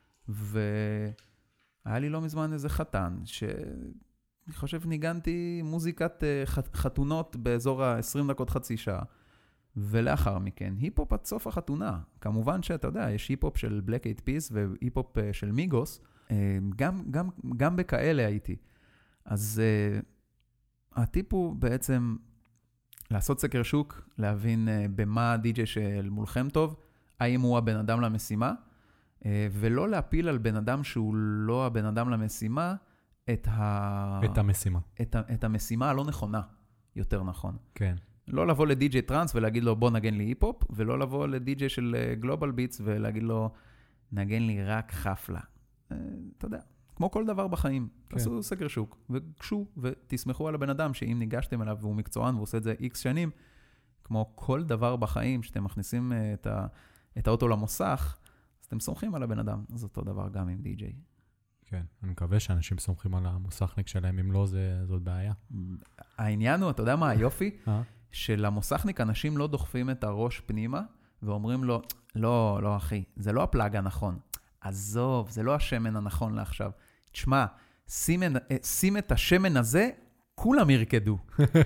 והיה לי לא מזמן איזה חתן, שאני חושב ניגנתי מוזיקת חתונות באזור ה-20 דקות חצי שעה, ולאחר מכן, היפ-הופ עד סוף החתונה. כמובן שאתה יודע, יש היפ-הופ של בלק אייד פיס והיפ-הופ של מיגוס, גם בכאלה הייתי. אז הטיפ הוא בעצם לעשות סקר שוק, להבין במה הדי-ג'יי של מולכם טוב, האם הוא הבן אדם למשימה, ולא להפיל על בן אדם שהוא לא הבן אדם למשימה, את המשימה. את המשימה הלא נכונה, יותר נכון. כן. לא לבוא לדי-ג'יי טרנס ולהגיד לו בוא נגן לי היפ-הופ, ולא לבוא לדי-ג'יי של גלובל ביטס ולהגיד לו נגן לי רק חפלה. אתה יודע. כמו כל דבר בחיים, תעשו סקר שוק, וגשו ותסמכו על הבן אדם, שאם ניגשתם אליו והוא מקצוען והוא עושה את זה X שנים, כמו כל דבר בחיים, שאתם מכניסים את האוטו למוסך, אז אתם סומכים על הבן אדם, אז אותו דבר גם עם די-ג'יי. כן, אני מקווה שאנשים סומכים על המוסכניק שלהם, אם לא, זאת בעיה. העניין הוא, אתה יודע מה היופי? שלמוסכניק אנשים לא דוחפים את הראש פנימה, ואומרים לו, לא אחי, זה לא הפלאג הנכון. עזוב, זה לא השמן הנכון לעכשיו. תשמע, שים את השמן הזה, כולם ירקדו.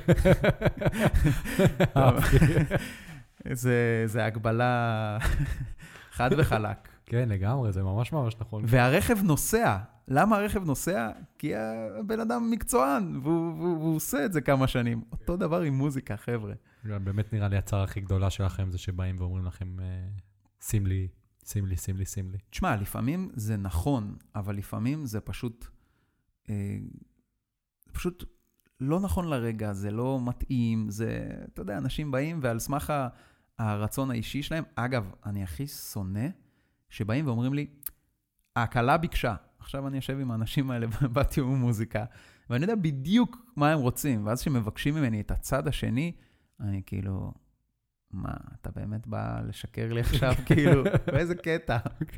זה הגבלה חד וחלק. כן, לגמרי, זה ממש ממש נכון. והרכב נוסע. למה הרכב נוסע? כי הבן אדם מקצוען, והוא עושה את זה כמה שנים. אותו דבר עם מוזיקה, חבר'ה. באמת נראה לי הצער הכי גדולה שלכם, זה שבאים ואומרים לכם, שים לי. תשמע, לפעמים זה נכון, אבל לפעמים זה פשוט לא נכון לרגע, זה לא מתאים, זה, אתה יודע, אנשים באים ועל סמך הרצון האישי שלהם, אגב, אני הכי שונא שבאים ואומרים לי, ההקלה ביקשה, עכשיו אני יושב עם האנשים האלה בתיאום מוזיקה, ואני יודע בדיוק מה הם רוצים, ואז שמבקשים ממני את הצד השני, אני כאילו... מה, אתה באמת בא לשקר לי עכשיו, כאילו, באיזה קטע.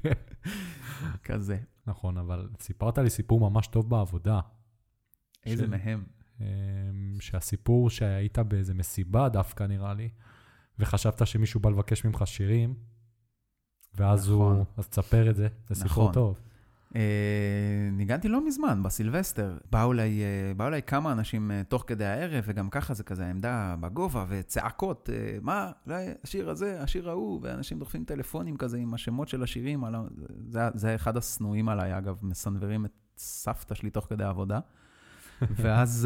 כזה. נכון, אבל סיפרת לי סיפור ממש טוב בעבודה. איזה מהם? שהסיפור שהיית באיזה מסיבה דווקא נראה לי, וחשבת שמישהו בא לבקש ממך שירים, ואז הוא, אז תספר את זה, זה סיפור טוב. ניגנתי לא מזמן, בסילבסטר. באו אליי כמה אנשים תוך כדי הערב, וגם ככה זה כזה עמדה בגובה, וצעקות, מה, השיר הזה, השיר ההוא, ואנשים דוחפים טלפונים כזה עם השמות של השירים. זה אחד הסנועים עליי, אגב, מסנברים את סבתא שלי תוך כדי העבודה. ואז,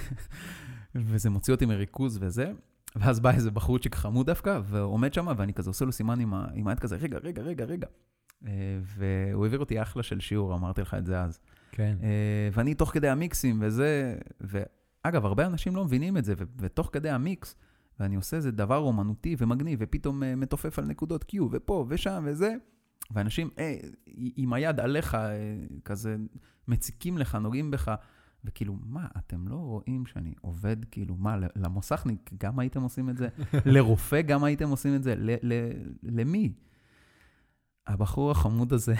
וזה מוציא אותי מריכוז וזה. ואז בא איזה בחורצ'יק חמוד דווקא, ועומד שם, ואני כזה עושה לו סימן עם היד כזה, רגע. והוא העביר אותי אחלה של שיעור, אמרתי לך את זה אז. כן. ואני תוך כדי המיקסים וזה, ואגב, הרבה אנשים לא מבינים את זה, ותוך כדי המיקס, ואני עושה איזה דבר אומנותי ומגניב, ופתאום מתופף על נקודות Q, ופה ושם וזה, ואנשים, עם היד עליך, כזה מציקים לך, נוגעים בך, וכאילו, מה, אתם לא רואים שאני עובד, כאילו, מה, למוסכניק גם הייתם עושים את זה? לרופא גם הייתם עושים את זה? למי? הבחור החמוד הזה,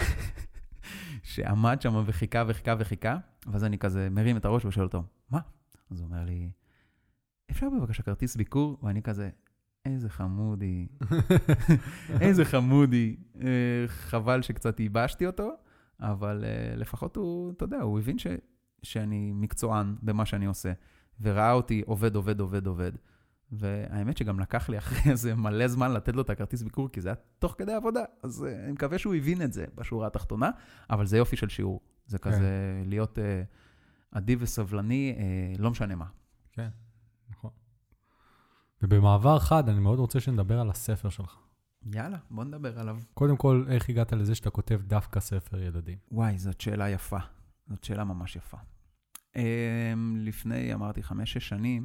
שעמד שם וחיכה, ואז אני כזה מרים את הראש ושואל אותו, מה? אז הוא אומר לי, אפשר בבקשה כרטיס ביקור? ואני כזה, איזה חמודי. איזה חמודי. חבל שקצת ייבשתי אותו, אבל לפחות הוא, אתה יודע, הוא הבין שאני מקצוען במה שאני עושה, וראה אותי עובד. והאמת שגם לקח לי אחרי זה מלא זמן לתת לו את הכרטיס ביקור, כי זה היה תוך כדי עבודה, אז אני מקווה שהוא הבין את זה בשורה התחתונה, אבל זה יופי של שיעור. זה כזה להיות אדיב וסבלני, לא משנה מה. כן, נכון. ובמעבר חד, אני מאוד רוצה שנדבר על הספר שלך. יאללה, בוא נדבר עליו. קודם כל, איך הגעת לזה שאתה כותב דווקא ספר ילדים? וואי, זאת שאלה יפה. זאת שאלה ממש יפה. לפני, אמרתי, 5-6 שנים,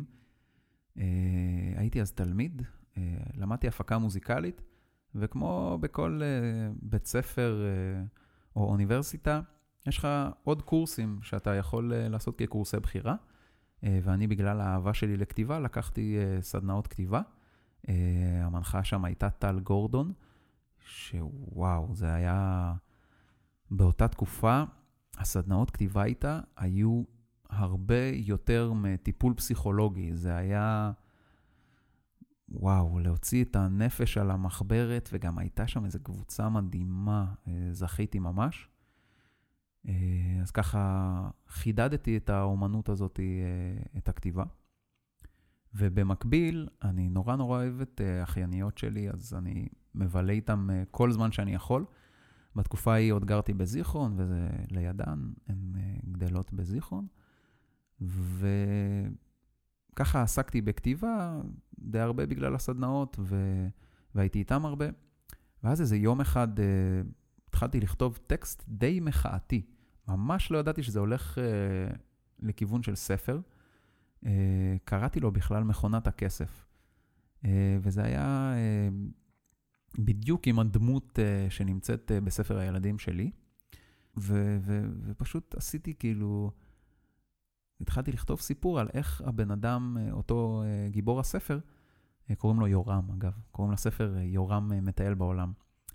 הייתי אז תלמיד, למדתי הפקה מוזיקלית, וכמו בכל בית ספר או אוניברסיטה, יש לך עוד קורסים שאתה יכול לעשות כקורסי בחירה, ואני בגלל האהבה שלי לכתיבה, לקחתי סדנאות כתיבה. המנחה שם הייתה טל גורדון, שוואו, זה היה באותה תקופה, הסדנאות כתיבה איתה היו הרבה יותר מטיפול פסיכולוגי. זה היה, וואו, להוציא את הנפש על המחברת, וגם הייתה שם איזו קבוצה מדהימה, זכיתי ממש. אז ככה חידדתי את האומנות הזאת, את הכתיבה. ובמקביל, אני נורא אוהב את אחייניות שלי, אז אני מבלה איתם כל זמן שאני יכול. בתקופה ההיא עוד גרתי בזיכרון, וזה לידן, הן גדלות בזיכרון. וככה עסקתי בכתיבה די הרבה בגלל הסדנאות, והייתי איתם הרבה. ואז איזה יום אחד התחלתי לכתוב טקסט די מחאתי. ממש לא ידעתי שזה הולך לכיוון של ספר. קראתי לו בכלל מכונת הכסף. וזה היה בדיוק עם הדמות שנמצאת בספר הילדים שלי. ופשוט עשיתי כאילו, התחלתי לכתוב סיפור על איך הבן אדם, אותו גיבור הספר, קוראים לו יורם, אגב. קוראים לספר יורם מטייל בעולם.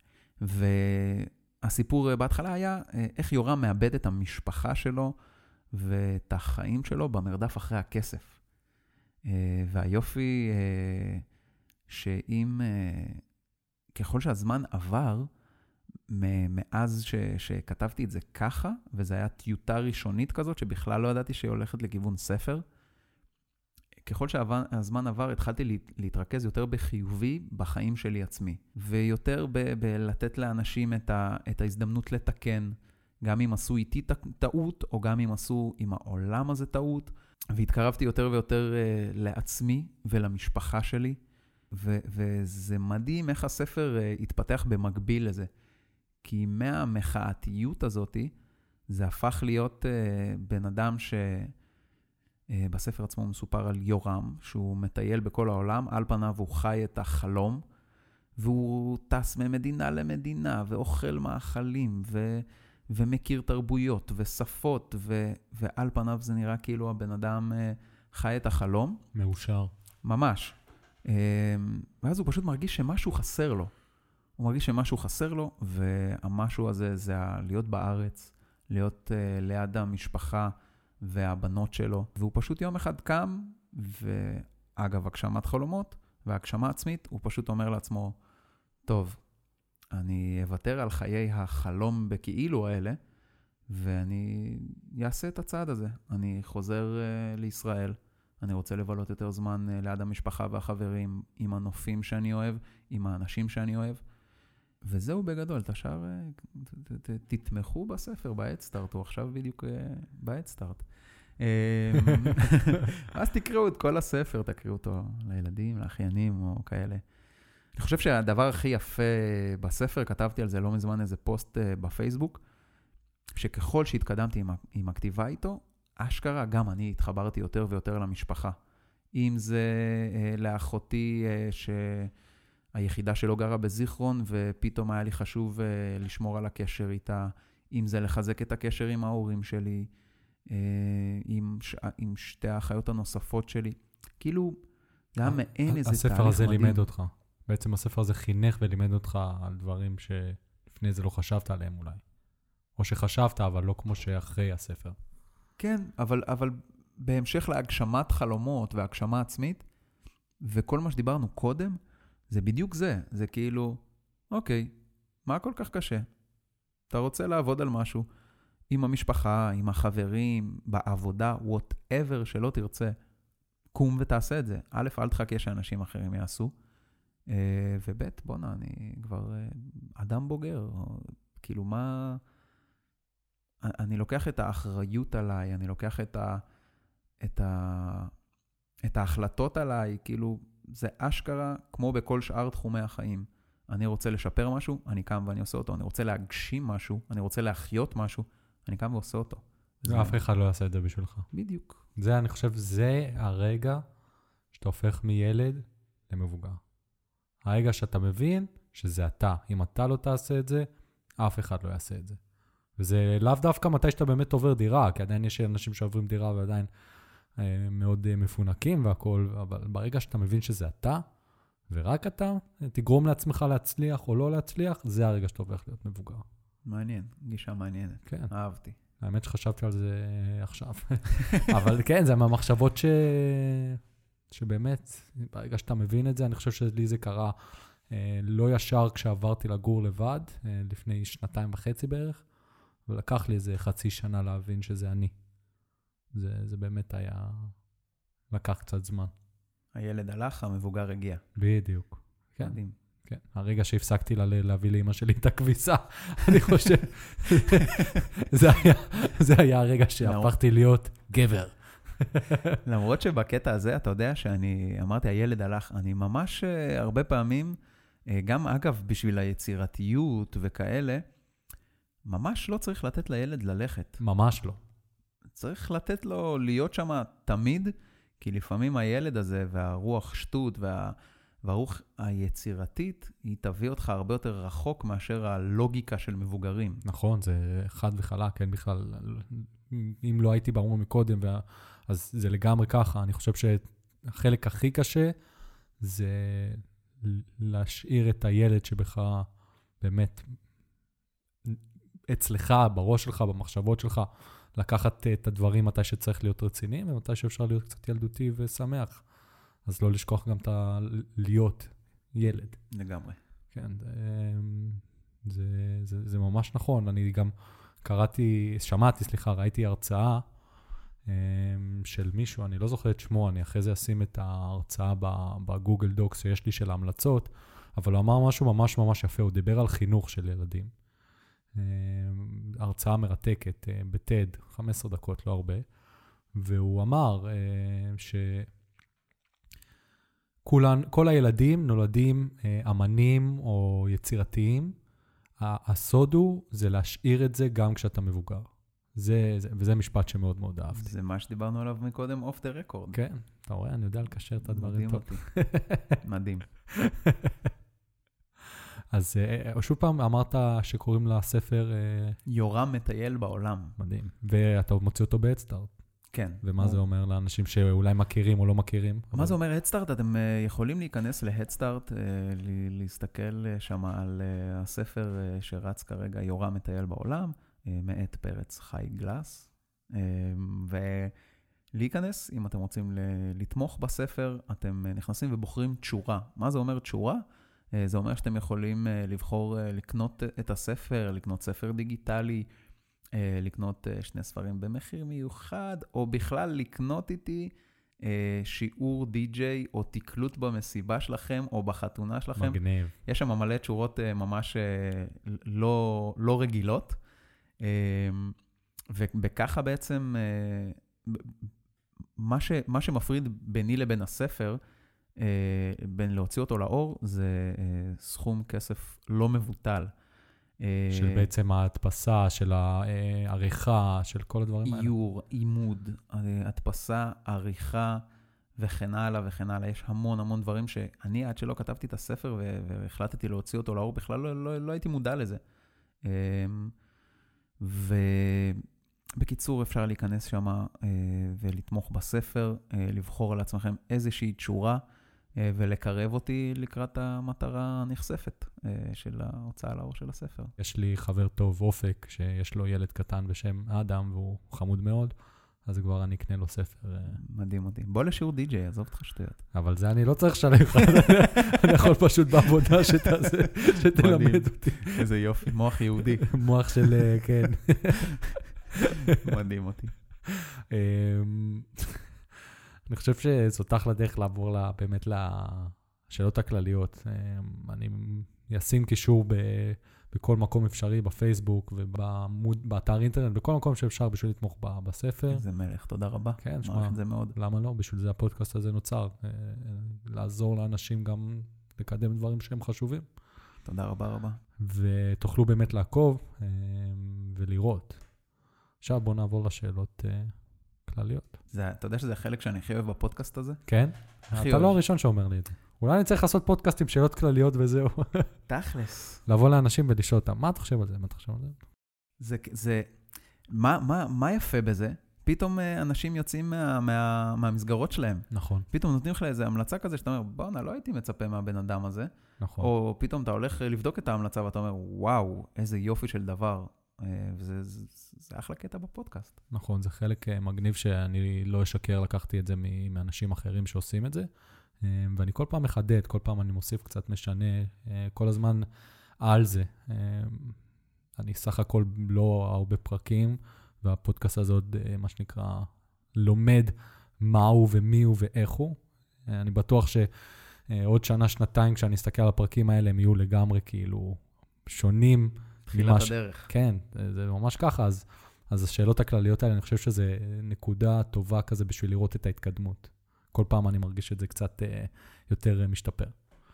והסיפור בהתחלה היה איך יורם מאבד את המשפחה שלו ואת החיים שלו במרדף אחרי הכסף. והיופי שאם, ככל שהזמן עבר, מאז שכתבתי את זה ככה, וזו הייתה טיוטה ראשונית כזאת, שבכלל לא ידעתי שהיא הולכת לכיוון ספר, ככל שהזמן עבר, התחלתי להתרכז יותר בחיובי בחיים שלי עצמי, ויותר בלתת לאנשים את ההזדמנות לתקן, גם אם עשו איתי טעות, או גם אם עשו עם העולם הזה טעות, והתקרבתי יותר ויותר לעצמי ולמשפחה שלי, וזה מדהים איך הספר התפתח במקביל לזה. כי מהמחאתיות הזאת, זה הפך להיות בן אדם שבספר עצמו מסופר על יורם, שהוא מטייל בכל העולם, על פניו הוא חי את החלום, והוא טס ממדינה למדינה, ואוכל מאכלים, ומכיר תרבויות ושפות, ועל פניו זה נראה כאילו הבן אדם חי את החלום. מאושר. ממש. ואז הוא פשוט מרגיש שמשהו חסר לו. הוא מרגיש שמשהו חסר לו, והמשהו הזה זה להיות בארץ, להיות ליד המשפחה והבנות שלו. והוא פשוט יום אחד קם, ואגב, הגשמת חלומות והגשמה עצמית, הוא פשוט אומר לעצמו, טוב, אני אוותר על חיי החלום בכאילו האלה, ואני אעשה את הצעד הזה. אני חוזר לישראל. אני רוצה לבלות יותר זמן ליד המשפחה והחברים, עם הנופים שאני אוהב, עם האנשים שאני אוהב. וזהו בגדול, את השאר תתמכו בספר, בהדסטארט, הוא עכשיו בדיוק בהדסטארט. אז תקראו את כל הספר, תקראו אותו לילדים, לאחיינים או כאלה. אני חושב שהדבר הכי יפה בספר, כתבתי על זה לא מזמן איזה פוסט בפייסבוק, שככל שהתקדמתי עם הכתיבה איתו, אשכרה גם אני התחברתי יותר ויותר למשפחה. אם זה לאחותי היחידה שלא גרה בזיכרון, ופתאום היה לי חשוב לשמור על הקשר איתה, אם זה לחזק את הקשר עם ההורים שלי, עם שתי האחיות הנוספות שלי. כאילו, זה היה מעין איזה תהליך מדהים. הספר הזה לימד אותך. בעצם הספר הזה חינך ולימד אותך על דברים שלפני זה לא חשבת עליהם אולי. או שחשבת, אבל לא כמו שאחרי הספר. כן, אבל בהמשך להגשמת חלומות והגשמה עצמית, וכל מה שדיברנו קודם, זה בדיוק זה. זה כאילו, אוקיי, מה כל כך קשה? אתה רוצה לעבוד על משהו עם המשפחה, עם החברים, בעבודה, whatever שלא תרצה, קום ותעשה את זה. א', אל תחכה שאנשים אחרים יעשו, וב', בונה, אני כבר אדם בוגר, כאילו מה... אני לוקח את האחריות עליי, אני לוקח את ההחלטות עליי, כאילו זה אשכרה כמו בכל שאר תחומי החיים. אני רוצה לשפר משהו, אני קם ואני עושה אותו. אני רוצה להגשים משהו, אני רוצה להחיות משהו, אני קם ועושה אותו. אף אחד לא יעשה את זה בשבילך. בדיוק. זה, אני חושב, זה הרגע שאתה הופך מילד למבוגר. הרגע שאתה מבין שזה אתה. אם אתה לא תעשה את זה, אף אחד לא יעשה את זה. וזה לאו דווקא מתי שאתה באמת עובר דירה, כי עדיין יש אנשים שעוברים דירה ועדיין מאוד מפונקים והכל, אבל ברגע שאתה מבין שזה אתה, ורק אתה, תגרום לעצמך להצליח או לא להצליח, זה הרגע שאתה הופך להיות מבוגר. מעניין, גישה מעניינת. כן. אהבתי. האמת שחשבתי על זה עכשיו. אבל כן, זה מהמחשבות שבאמת, ברגע שאתה מבין את זה, אני חושב שלי זה קרה לא ישר כשעברתי לגור לבד, לפני 2.5 בערך, ולקח לי איזה חצי שנה להבין שזה אני. זה באמת היה, לקח קצת זמן. הילד הלך, המבוגר הגיע. בדיוק. כן. מדהים. כן. הרגע שהפסקתי להביא לאמא שלי את הכביסה, אני חושב, זה היה הרגע שהפכתי להיות גבר. למרות שבקטע הזה, אתה יודע שאני אמרתי, הילד הלך, אני ממש הרבה פעמים, גם אגב, בשביל היצירתיות וכאלה, ממש לא צריך לתת לילד ללכת. ממש לא. צריך לתת לו להיות שם תמיד, כי לפעמים הילד הזה והרוח שטות והרוח היצירתית, היא תביא אותך הרבה יותר רחוק מאשר הלוגיקה של מבוגרים. נכון, זה חד וחלק, כן בכלל. אם לא הייתי ברור מקודם, אז זה לגמרי ככה. אני חושב שהחלק הכי קשה זה להשאיר את הילד שבך באמת אצלך, בראש שלך, במחשבות שלך, לקחת את הדברים מתי שצריך להיות רציניים, ומתי שאפשר להיות קצת ילדותי ושמח. אז לא לשכוח גם להיות ילד. לגמרי. כן, זה ממש נכון. אני גם ראיתי הרצאה של מישהו, אני לא זוכר את שמו, אני אחרי זה אשים את ההרצאה בגוגל דוקס שיש לי של ההמלצות, אבל הוא אמר משהו ממש ממש יפה, הוא דיבר על חינוך של ילדים. הרצאה מרתקת בטד, 15 דקות, לא הרבה, והוא אמר כל הילדים נולדים אמנים או יצירתיים, הסוד הוא זה להשאיר את זה גם כשאתה מבוגר. וזה משפט שמאוד מאוד אהבתי. זה מה שדיברנו עליו מקודם, off the record. כן, אתה רואה, אני יודע לקשר את הדברים טוב. מדהים. אז שוב פעם אמרת שקוראים לספר יורם מטייל בעולם. מדהים. ואתה מוציא אותו בהדסטארט. כן. ומה זה אומר לאנשים שאולי מכירים או לא מכירים? מה זה אומר הדסטארט? אתם יכולים להיכנס להדסטארט, להסתכל שם על הספר שרץ כרגע, יורם מטייל בעולם, מאת פרץ חי גלס, ולהיכנס, אם אתם רוצים לתמוך בספר, אתם נכנסים ובוחרים תשורה. מה זה אומר תשורה? זה אומר שאתם יכולים לבחור לקנות את הספר, לקנות ספר דיגיטלי, לקנות 2 ספרים במחיר מיוחד, או בכלל לקנות איתי שיעור די-ג'יי או תקלוט במסיבה שלכם או בחתונה שלכם. מגניב. יש שם מלא תשורות ממש לא רגילות, וככה בעצם מה שמפריד ביני לבין הספר, בין להוציא אותו לאור, זה סכום כסף לא מבוטל. של בעצם ההדפסה, של העריכה, של כל הדברים האלה. איור, עימוד, הדפסה, עריכה וכן הלאה וכן הלאה. יש המון המון דברים שאני עד שלא כתבתי את הספר והחלטתי להוציא אותו לאור, בכלל לא הייתי מודע לזה. ובקיצור אפשר להיכנס שם ולתמוך בספר, לבחור על עצמכם איזושהי תשורה, ולקרב אותי לקראת המטרה הנחשפת של ההוצאה לאור של הספר. יש לי חבר טוב, אופק, שיש לו ילד קטן בשם אדם, והוא חמוד מאוד, אז כבר אני אקנה לו ספר. מדהים, מדהים. בוא לשיעור די-ג'יי, עזוב אותך שטויות. אבל זה אני לא צריך לשלם לך, אני יכול פשוט בעבודה שתלמד אותי. איזה יופי, מוח יהודי. מוח של, כן. מדהים אותי. אני חושב שזאת אחלה דרך לעבור באמת לשאלות הכלליות. אני אשים קישור בכל מקום אפשרי, בפייסבוק ובאתר אינטרנט, בכל מקום שאפשר בשביל לתמוך בספר. זה מלך, תודה רבה. כן, שמע, זה מאוד. למה לא? בשביל זה הפודקאסט הזה נוצר. לעזור לאנשים גם לקדם דברים שהם חשובים. תודה רבה רבה. ותוכלו באמת לעקוב ולראות. עכשיו בואו נעבור לשאלות כלליות. אתה יודע שזה החלק שאני הכי אוהב בפודקאסט הזה? כן? אתה לא הראשון שאומר לי את זה. אולי אני צריך לעשות פודקאסט עם שאלות כלליות וזהו. תכלס. לבוא לאנשים ולשאול אותם, מה אתה חושב על זה? מה אתה חושב על זה? מה יפה בזה? פתאום אנשים יוצאים מהמסגרות שלהם. נכון. פתאום נותנים לך איזו המלצה כזה שאתה אומר, בוא'נה, לא הייתי מצפה מהבן אדם הזה. נכון. או פתאום אתה הולך לבדוק את ההמלצה ואתה אומר, וואו, איזה יופי של דבר. וזה אחלה קטע בפודקאסט. נכון, זה חלק מגניב שאני לא אשקר, לקחתי את זה מאנשים אחרים שעושים את זה, ואני כל פעם מחדד, כל פעם אני מוסיף קצת משנה, כל הזמן על זה. אני סך הכל לא הרבה פרקים, והפודקאסט הזה עוד, מה שנקרא, לומד מהו ומי הוא ואיך הוא. אני בטוח שעוד שנה, שנתיים, כשאני אסתכל על הפרקים האלה, הם יהיו לגמרי כאילו שונים. תחילת הדרך. כן, זה ממש ככה, אז השאלות הכלליות האלה, אני חושב שזה נקודה טובה כזה בשביל לראות את ההתקדמות. כל פעם אני מרגיש את זה קצת יותר משתפר.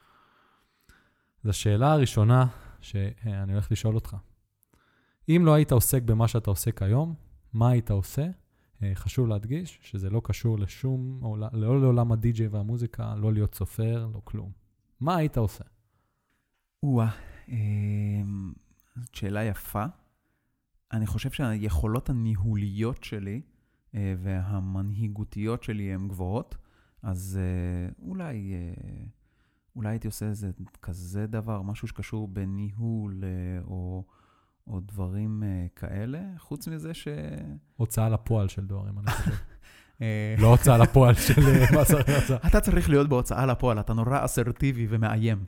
אז השאלה הראשונה שאני הולך לשאול אותך, אם לא היית עוסק במה שאתה עוסק היום, מה היית עושה? חשוב להדגיש שזה לא קשור לשום, לא לעולם הדי-ג'יי והמוזיקה, לא להיות סופר, לא כלום. מה היית עושה? זאת שאלה יפה. אני חושב שהיכולות הניהוליות שלי והמנהיגותיות שלי הן גבוהות, אז אולי הייתי עושה איזה כזה דבר, משהו שקשור בניהול או דברים כאלה, חוץ מזה הוצאה לפועל של דברים, אני חושב. לא הוצאה לפועל של מס הכנסה. אתה צריך להיות בהוצאה לפועל, אתה נורא אסרטיבי ומאיים.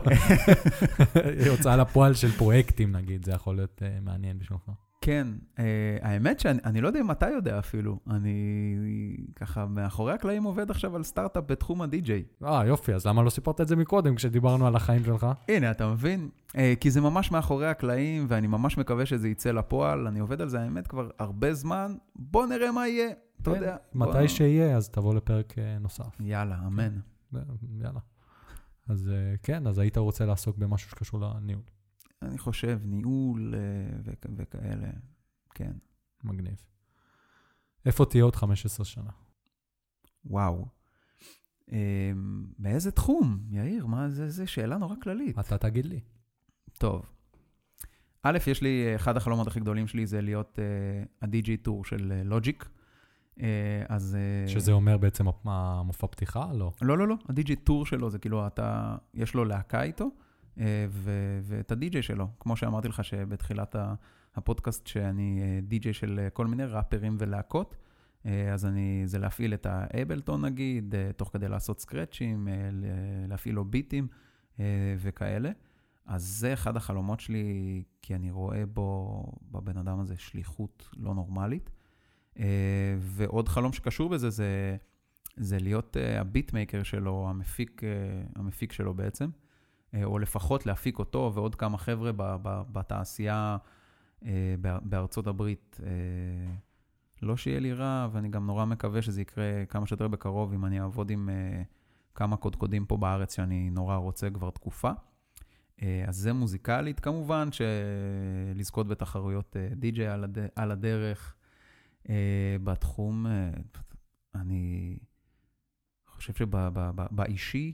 הוצאה לפועל של פרויקטים, נגיד, זה יכול להיות מעניין בשבילך. כן, האמת שאני לא יודע אם אתה יודע אפילו, אני ככה מאחורי הקלעים עובד עכשיו על סטארט-אפ בתחום הדי-ג'יי. יופי, אז למה לא סיפרת את זה מקודם כשדיברנו על החיים שלך? הנה, אתה מבין? כי זה ממש מאחורי הקלעים, ואני ממש מקווה שזה יצא לפועל, אני עובד על זה, האמת, כבר הרבה זמן, בוא נראה מה יהיה, אתה יודע. מתי שיהיה, אז תבוא לפרק נוסף. יאללה, אמן. יאללה. אז כן, אז היית רוצה לעסוק במשהו שקשור לניהול. אני חושב, ניהול וכאלה, כן. מגניב. איפה תהיה עוד 15 שנה? וואו. באיזה תחום, יאיר? מה, זה שאלה נורא כללית. אתה תגיד לי. טוב. א', יש לי, אחד החלומות הכי גדולים שלי זה להיות הדי-ג'יי טור של לוג'יק. אז... שזה אומר בעצם המופע פתיחה? לא. לא. הדי-ג'יי טור שלו זה כאילו, יש לו להקה איתו, ואת הדי-ג'יי שלו. כמו שאמרתי לך שבתחילת הפודקאסט, שאני די-ג'יי של כל מיני ראפרים ולהקות, אז זה להפעיל את האבלטון נגיד, תוך כדי לעשות סקרצ'ים, להפעיל לו ביטים וכאלה. אז זה אחד החלומות שלי, כי אני רואה בבן אדם הזה שליחות לא נורמלית. ועוד חלום שקשור בזה, זה להיות הביטמייקר שלו, המפיק שלו בעצם, או לפחות להפיק אותו ועוד כמה חבר'ה בתעשייה בארצות הברית. לא שיהיה לי רע, ואני גם נורא מקווה שזה יקרה כמה שיותר בקרוב, אם אני אעבוד עם כמה קודקודים פה בארץ שאני נורא רוצה כבר תקופה. אז זה מוזיקלית כמובן, שלזכות בתחרויות די-ג'יי על הדרך. בתחום, אני חושב שבאישי,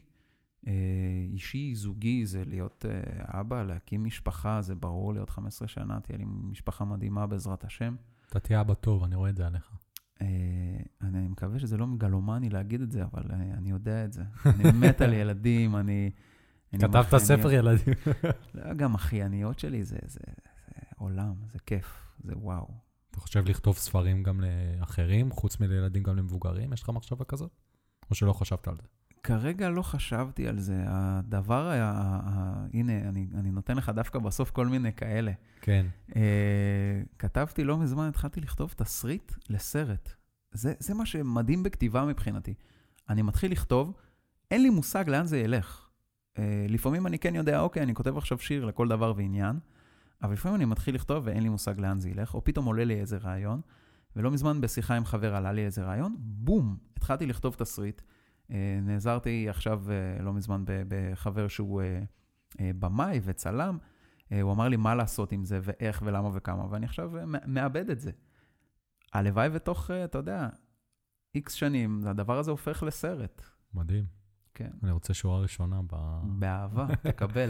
אישי זוגי זה להיות אבא, להקים משפחה, זה ברור להיות 15 שנה, תהיה לי משפחה מדהימה בעזרת השם. אתה תהיה אבא טוב, אני רואה את זה עליך. אני מקווה שזה לא מגלומני להגיד את זה, אבל אני יודע את זה. אני מת על ילדים, כתבת ספר ילדים. גם אחייניות שלי, זה עולם, זה כיף, זה וואו. אתה חושב לכתוב ספרים גם לאחרים, חוץ מלילדים גם למבוגרים? יש לך מחשבה כזאת? או שלא חשבת על זה? כרגע לא חשבתי על זה. הדבר, הנה, אני נותן לך דווקא בסוף כל מיני כאלה. כן. כתבתי לא מזמן, התחלתי לכתוב תסריט לסרט. זה מה שמדהים בכתיבה מבחינתי. אני מתחיל לכתוב, אין לי מושג לאן זה ילך. לפעמים אני כן יודע, אוקיי, אני כותב עכשיו שיר לכל דבר ועניין, אבל לפעמים אני מתחיל לכתוב ואין לי מושג לאן זה ילך, או פתאום עולה לי איזה רעיון, ולא מזמן בשיחה עם חבר עלה לי איזה רעיון, בום, התחלתי לכתוב תסריט. נעזרתי עכשיו לא מזמן בחבר שהוא במאי וצלם, הוא אמר לי מה לעשות עם זה ואיך ולמה וכמה, ואני עכשיו מאבד את זה. הלוואי ותוך, אתה יודע, X שנים, הדבר הזה הופך לסרט. מדהים. כן. אני רוצה שורה ראשונה באהבה, תקבל.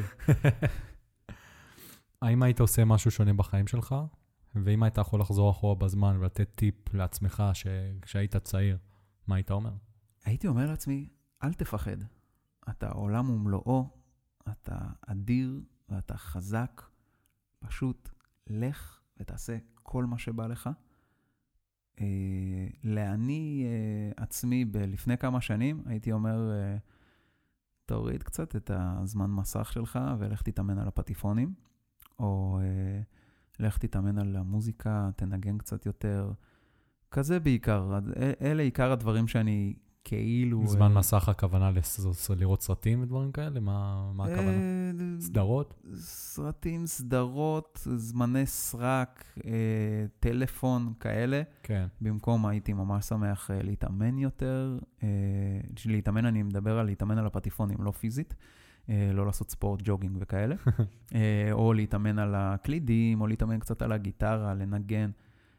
האם היית עושה משהו שונה בחיים שלך? ואם היית יכול לחזור אחורה בזמן ולתת טיפ לעצמך כשהיית צעיר, מה היית אומר? הייתי אומר לעצמי, אל תפחד. אתה עולם ומלואו, אתה אדיר ואתה חזק. פשוט לך ותעשה כל מה שבא לך. לאני עצמי, לפני כמה שנים, הייתי אומר, תוריד קצת את הזמן מסך שלך, ולך תתאמן על הפטיפונים, או לך תתאמן על המוזיקה, תנגן קצת יותר. כזה בעיקר. אלה עיקר הדברים שאני כאילו... זמן מסך הכוונה לראות סרטים ודברים כאלה? מה הכוונה? סדרות? סרטים, סדרות, זמני סרק, טלפון, כאלה. כן. במקום הייתי ממש שמח להתאמן יותר. להתאמן, אני מדבר על להתאמן על הפטיפונים, לא פיזית. לא לעשות ספורט, ג'וגינג וכאלה. או להתאמן על הקלידים, או להתאמן קצת על הגיטרה, לנגן.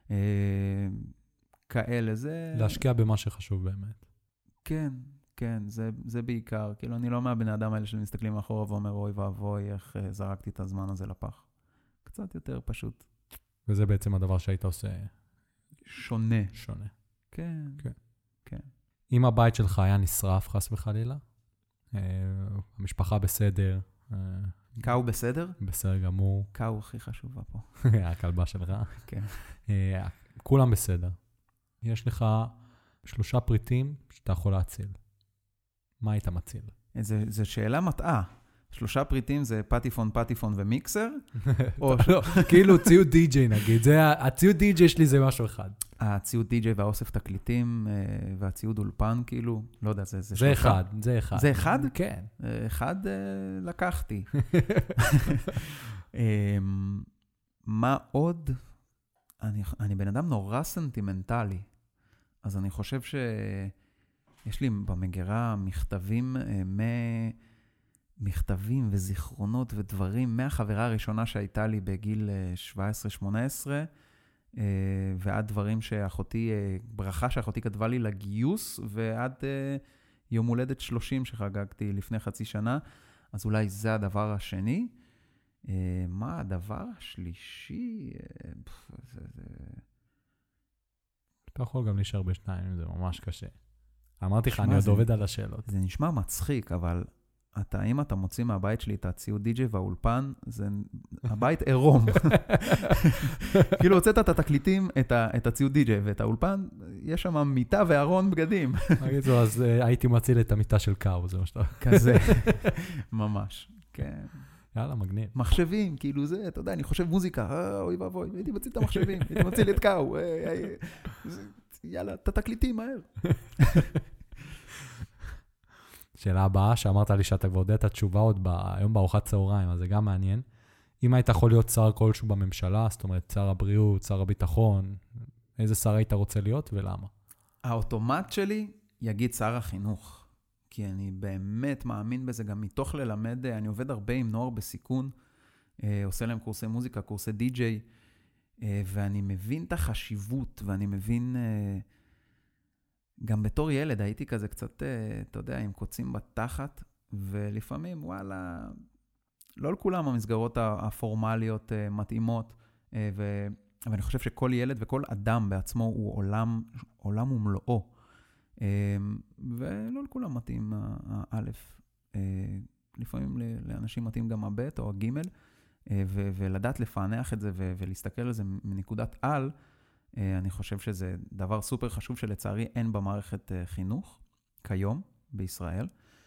כאלה, זה... להשקיע במה שחשוב באמת. כן, כן, זה בעיקר. כאילו, אני לא מהבני אדם האלה שמסתכלים מאחורה ואומר, אוי ואבוי, איך זרקתי את הזמן הזה לפח. קצת יותר פשוט. וזה בעצם הדבר שהיית עושה... שונה. שונה. כן, כן. כן. אם הבית שלך היה נשרף, חס וחלילה, המשפחה בסדר. קאו בסדר? בסדר גמור. קאו הכי חשובה פה. הכלבה שלך. כן. כולם בסדר. יש לך 3 פריטים שאתה יכול להציל. מה היית מציל? זו שאלה מטעה. 3 פריטים זה פטיפון, פטיפון ומיקסר? לא, כאילו ציוד די-ג'יי נגיד. הציוד די-ג'יי שלי זה משהו אחד. הציוד די-ג'יי והאוסף תקליטים והציוד אולפן, כאילו, לא יודע, זה 3. זה אחד. זה אחד? כן. אחד לקחתי. מה עוד? אני בן אדם נורא סנטימנטלי, אז אני חושב שיש לי במגירה מכתבים וזיכרונות ודברים מהחברה הראשונה שהייתה לי בגיל 17-18, ועד דברים ברכה שאחותי כתבה לי לגיוס, ועד יום הולדת 30 שחגגתי לפני חצי שנה, אז אולי זה הדבר השני. מה הדבר השלישי? אתה יכול גם להישאר בשניים, זה ממש קשה. אמרתי לך, אני עוד עובד על השאלות. זה נשמע מצחיק, אבל אם אתה מוציא מהבית שלי את הציוד די-ג'יי והאולפן, הבית עירום. כאילו הוצאת את התקליטים, את הציוד די-ג'יי ואת האולפן, יש שם מיטה וארון בגדים. אז הייתי מציל את המיטה של קאו, זה מה שאתה... כזה, ממש, כן. יאללה, מגניב. מחשבים, כאילו זה, אתה יודע, אני חושב מוזיקה, אוי ואבוי, הייתי מציל את המחשבים, הייתי מציל את קאו, יאללה, את התקליטים מהר. שאלה הבאה, שאמרת לי שאתה כבר יודע את התשובה עוד היום בארוחת צהריים, אז זה גם מעניין. אם היית יכול להיות שר כלשהו בממשלה, זאת אומרת, שר הבריאות, שר הביטחון, איזה שר היית רוצה להיות ולמה? האוטומט שלי יגיד שר החינוך, כי אני באמת מאמין בזה, גם מתוך ללמד, אני עובד הרבה עם נוער בסיכון, עושה להם קורסי מוזיקה, קורסי די-ג'יי, ואני מבין את החשיבות, ואני מבין... גם בתור ילד הייתי כזה קצת, אתה יודע, עם קוצים בתחת, ולפעמים, וואלה, לא לכולם המסגרות הפורמליות מתאימות, ואני חושב שכל ילד וכל אדם בעצמו הוא עולם ומלואו, ולא לכולם מתאים האלף. לפעמים לאנשים מתאים גם הבית או הגימל, ולדעת לפענח את זה ולהסתכל על זה מנקודת על, אני חושב שזה דבר סופר חשוב שלצערי אין במערכת חינוך, כיום, בישראל.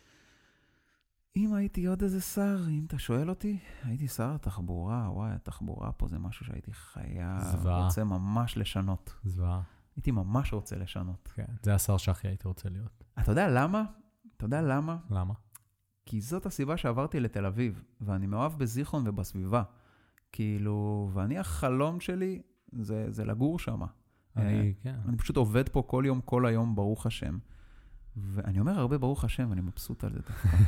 אם הייתי עוד איזה שר, אם אתה שואל אותי, הייתי שר התחבורה, וואי, התחבורה פה זה משהו שהייתי רוצה ממש לשנות. זוועה. הייתי ממש רוצה לשנות. כן, זה השר שהכי הייתי רוצה להיות. אתה יודע למה? אתה יודע למה? למה? כי זאת הסיבה שעברתי לתל אביב, ואני מאוהב בזיכרון ובסביבה. כאילו, ואני החלום שלי... זה לגור שם. אני פשוט עובד פה כל יום, כל היום, ברוך השם. ואני אומר הרבה ברוך השם, ואני מבסוט על זה.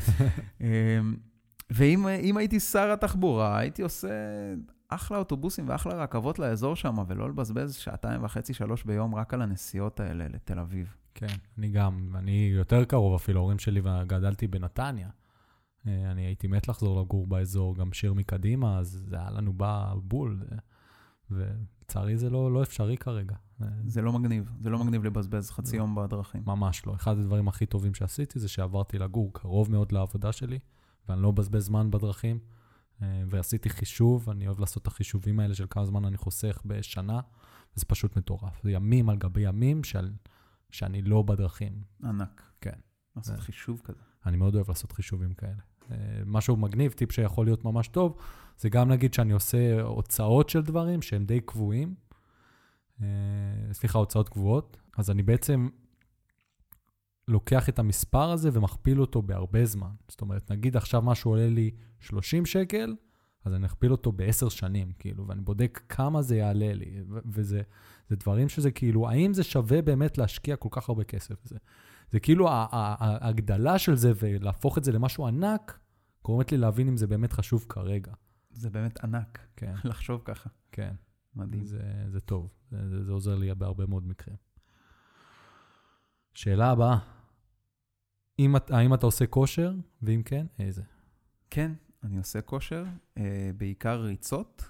ואם הייתי שר התחבורה, הייתי עושה אחלה אוטובוסים ואחלה רכבות לאזור שם, ולא לבזבז 2.5-3 ביום רק על הנסיעות האלה לתל אביב. כן, אני יותר קרוב אפילו, ההורים שלי וגדלתי בנתניה. אני הייתי מת לחזור לגור באזור, גם שיר מקדימה, אז זה היה לנו בבול, ולצערי זה לא אפשרי כרגע. זה לא מגניב לבזבז חצי יום בדרכים. ממש לא. אחד הדברים הכי טובים שעשיתי זה שעברתי לגור קרוב מאוד לעבודה שלי, ואני לא מבזבז זמן בדרכים. ועשיתי חישוב, אני אוהב לעשות את החישובים האלה של כמה זמן אני חוסך בשנה, וזה פשוט מטורף. זה ימים על גבי ימים שאני לא בדרכים. ענק. כן. לעשות חישוב כזה. אני מאוד אוהב לעשות חישובים כאלה. משהו מגניב, טיפ שיכול להיות ממש טוב, זה גם להגיד שאני עושה הוצאות של דברים שהם די קבועים. הוצאות קבועות. אז אני בעצם לוקח את המספר הזה ומכפיל אותו בהרבה זמן. זאת אומרת, נגיד עכשיו משהו עולה לי 30 שקל, אז אני אכפיל אותו ב10 שנים, כאילו, ואני בודק כמה זה יעלה לי, וזה דברים שזה כאילו, האם זה שווה באמת להשקיע כל כך הרבה כסף? זה כאילו, ההגדלה של זה ולהפוך את זה למשהו ענק, גורמת לי להבין אם זה באמת חשוב כרגע. זה באמת ענק, כן. לחשוב ככה. כן. מדהים. זה טוב, זה עוזר לי בהרבה מאוד מקרים. שאלה הבאה, האם אתה עושה כושר, ואם כן, איזה? כן, אני עושה כושר, בעיקר ריצות,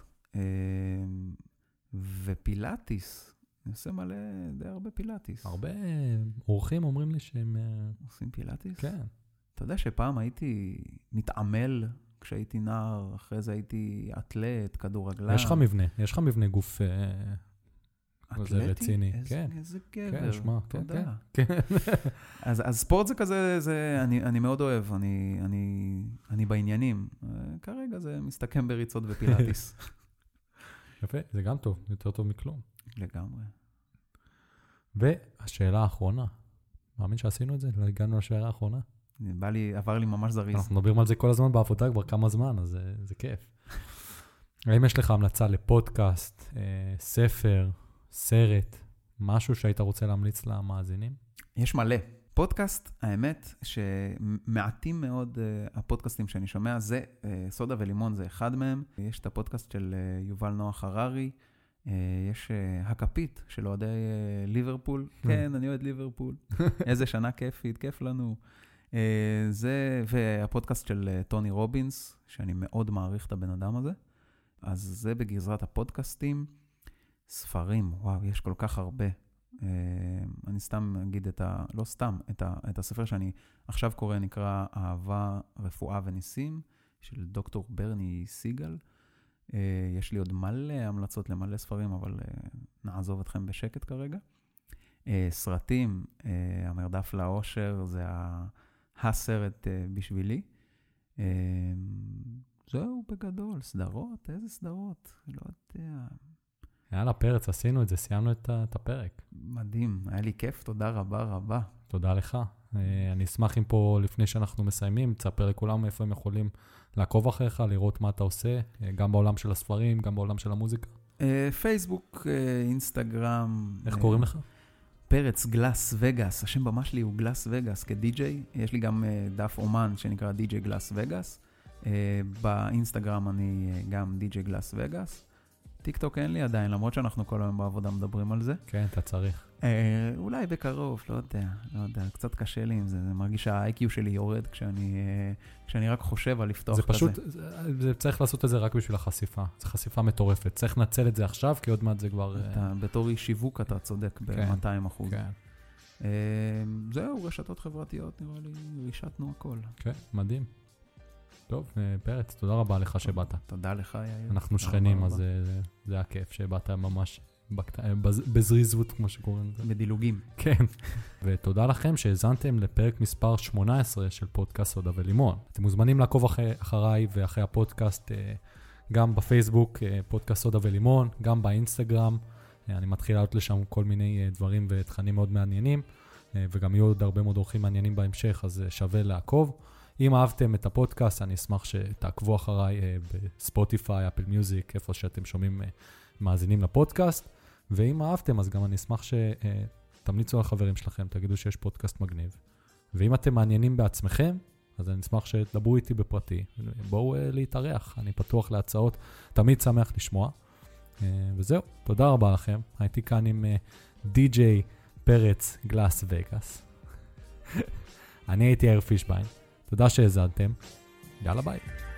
ופילאטיס. אני עושה מלא, די הרבה פילאטיס. הרבה אורחים אומרים לי שהם... עושים פילאטיס? כן. אתה יודע שפעם הייתי מתעמל כשהייתי נער, אחרי זה הייתי אתלט, כדורגלן. יש לך מבנה גוף... אתלטי? רציני. איזה גבר. כן, שמע, תודה. כן. אז ספורט זה כזה, אני מאוד אוהב, אני בעניינים. כרגע זה מסתכם בריצות ופילאטיס. יפה, זה גם טוב, יותר טוב מכלום. לגמרי. והשאלה האחרונה, מאמין שעשינו את זה? לא הגענו לשאלה האחרונה? עבר לי ממש זריז. אנחנו מדברים על זה כל הזמן בעבודה כבר כמה זמן, אז זה כיף. האם יש לך המלצה לפודקאסט, ספר, סרט, משהו שהיית רוצה להמליץ למאזינים? יש מלא. פודקאסט, האמת שמעטים מאוד הפודקאסטים שאני שומע, זה סודה ולימון, זה אחד מהם. יש את הפודקאסט של יובל נוח הררי, יש הכפית של אוהדי ליברפול. כן, אני אוהד ליברפול. איזה שנה כיפית, כיף לנו. והפודקאסט של טוני רובינס, שאני מאוד מעריך את הבן אדם הזה. אז זה בגזרת הפודקאסטים. ספרים, וואו, יש כל כך הרבה. אני סתם אגיד את הספר שאני עכשיו קורא, נקרא אהבה, רפואה וניסים, של דוקטור ברני סיגל. יש לי עוד מלא המלצות למלא ספרים, אבל נעזוב אתכם בשקט כרגע. סרטים, המרדף לאושר, זה הסרט בשבילי. זהו בגדול, סדרות, איזה סדרות? לא יודע. יאללה, פרץ, עשינו את זה, סיימנו את הפרק. מדהים, היה לי כיף, תודה רבה רבה. תודה לך. אני אשמח אם פה, לפני שאנחנו מסיימים, תספר לכולם איפה הם יכולים לעקוב אחריך, לראות מה אתה עושה, גם בעולם של הספרים, גם בעולם של המוזיקה. פייסבוק, אינסטגרם. איך קוראים לך? פרץ גלאס וגאס, השם במה שלי הוא גלאס וגאס כדי-ג'יי, יש לי גם דף אומן שנקרא די-ג'יי גלאס וגאס, באינסטגרם אני גם די-ג'יי גלאס וגאס, טיק טוק אין לי עדיין, למרות שאנחנו כל היום בעבודה מדברים על זה. כן, אתה צריך. אולי בקרוב, לא יודע, קצת קשה לי עם זה, זה מרגיש שה-IQ שלי יורד כשאני רק חושב על לפתוח כזה. זה פשוט, צריך לעשות את זה רק בשביל החשיפה, זו חשיפה מטורפת, צריך לנצל את זה עכשיו, כי עוד מעט זה כבר... בתור אי שיווק אתה צודק ב-200%. כן. זהו, רשתות חברתיות, נראה לי, רישתנו הכל. כן, מדהים. טוב, פרץ, תודה רבה לך שבאת. תודה לך, יאיר. אנחנו שכנים, אז זה היה כיף שבאת ממש בזריזות, כמו שקוראים לזה. בדילוגים. כן. ותודה לכם שהזנתם לפרק מספר 18 של פודקאסט סודה ולימון. אתם מוזמנים לעקוב אחריי ואחרי הפודקאסט, גם בפייסבוק, פודקאסט סודה ולימון, גם באינסטגרם. אני מתחיל לעלות לשם כל מיני דברים ותכנים מאוד מעניינים, וגם יהיו עוד הרבה מאוד אורחים מעניינים בהמשך, אז שווה לעקוב. אם אהבתם את הפודקאסט, אני אשמח שתעקבו אחריי בספוטיפיי, אפל מיוזיק, איפה שאתם שומעים מאזינים לפודקאסט, ואם אהבתם, אז גם אני אשמח שתמליצו על חברים שלכם, תגידו שיש פודקאסט מגניב. ואם אתם מעניינים בעצמכם, אז אני אשמח שתדברו איתי בפרטי. בואו להתארח, אני פתוח להצעות, תמיד שמח לשמוע. וזהו, תודה רבה לכם. הייתי כאן עם די-ג'יי פרץ גלאס וגאס. אני הייתי יאיר פישביין. תודה שהזדתם. יאללה ביי.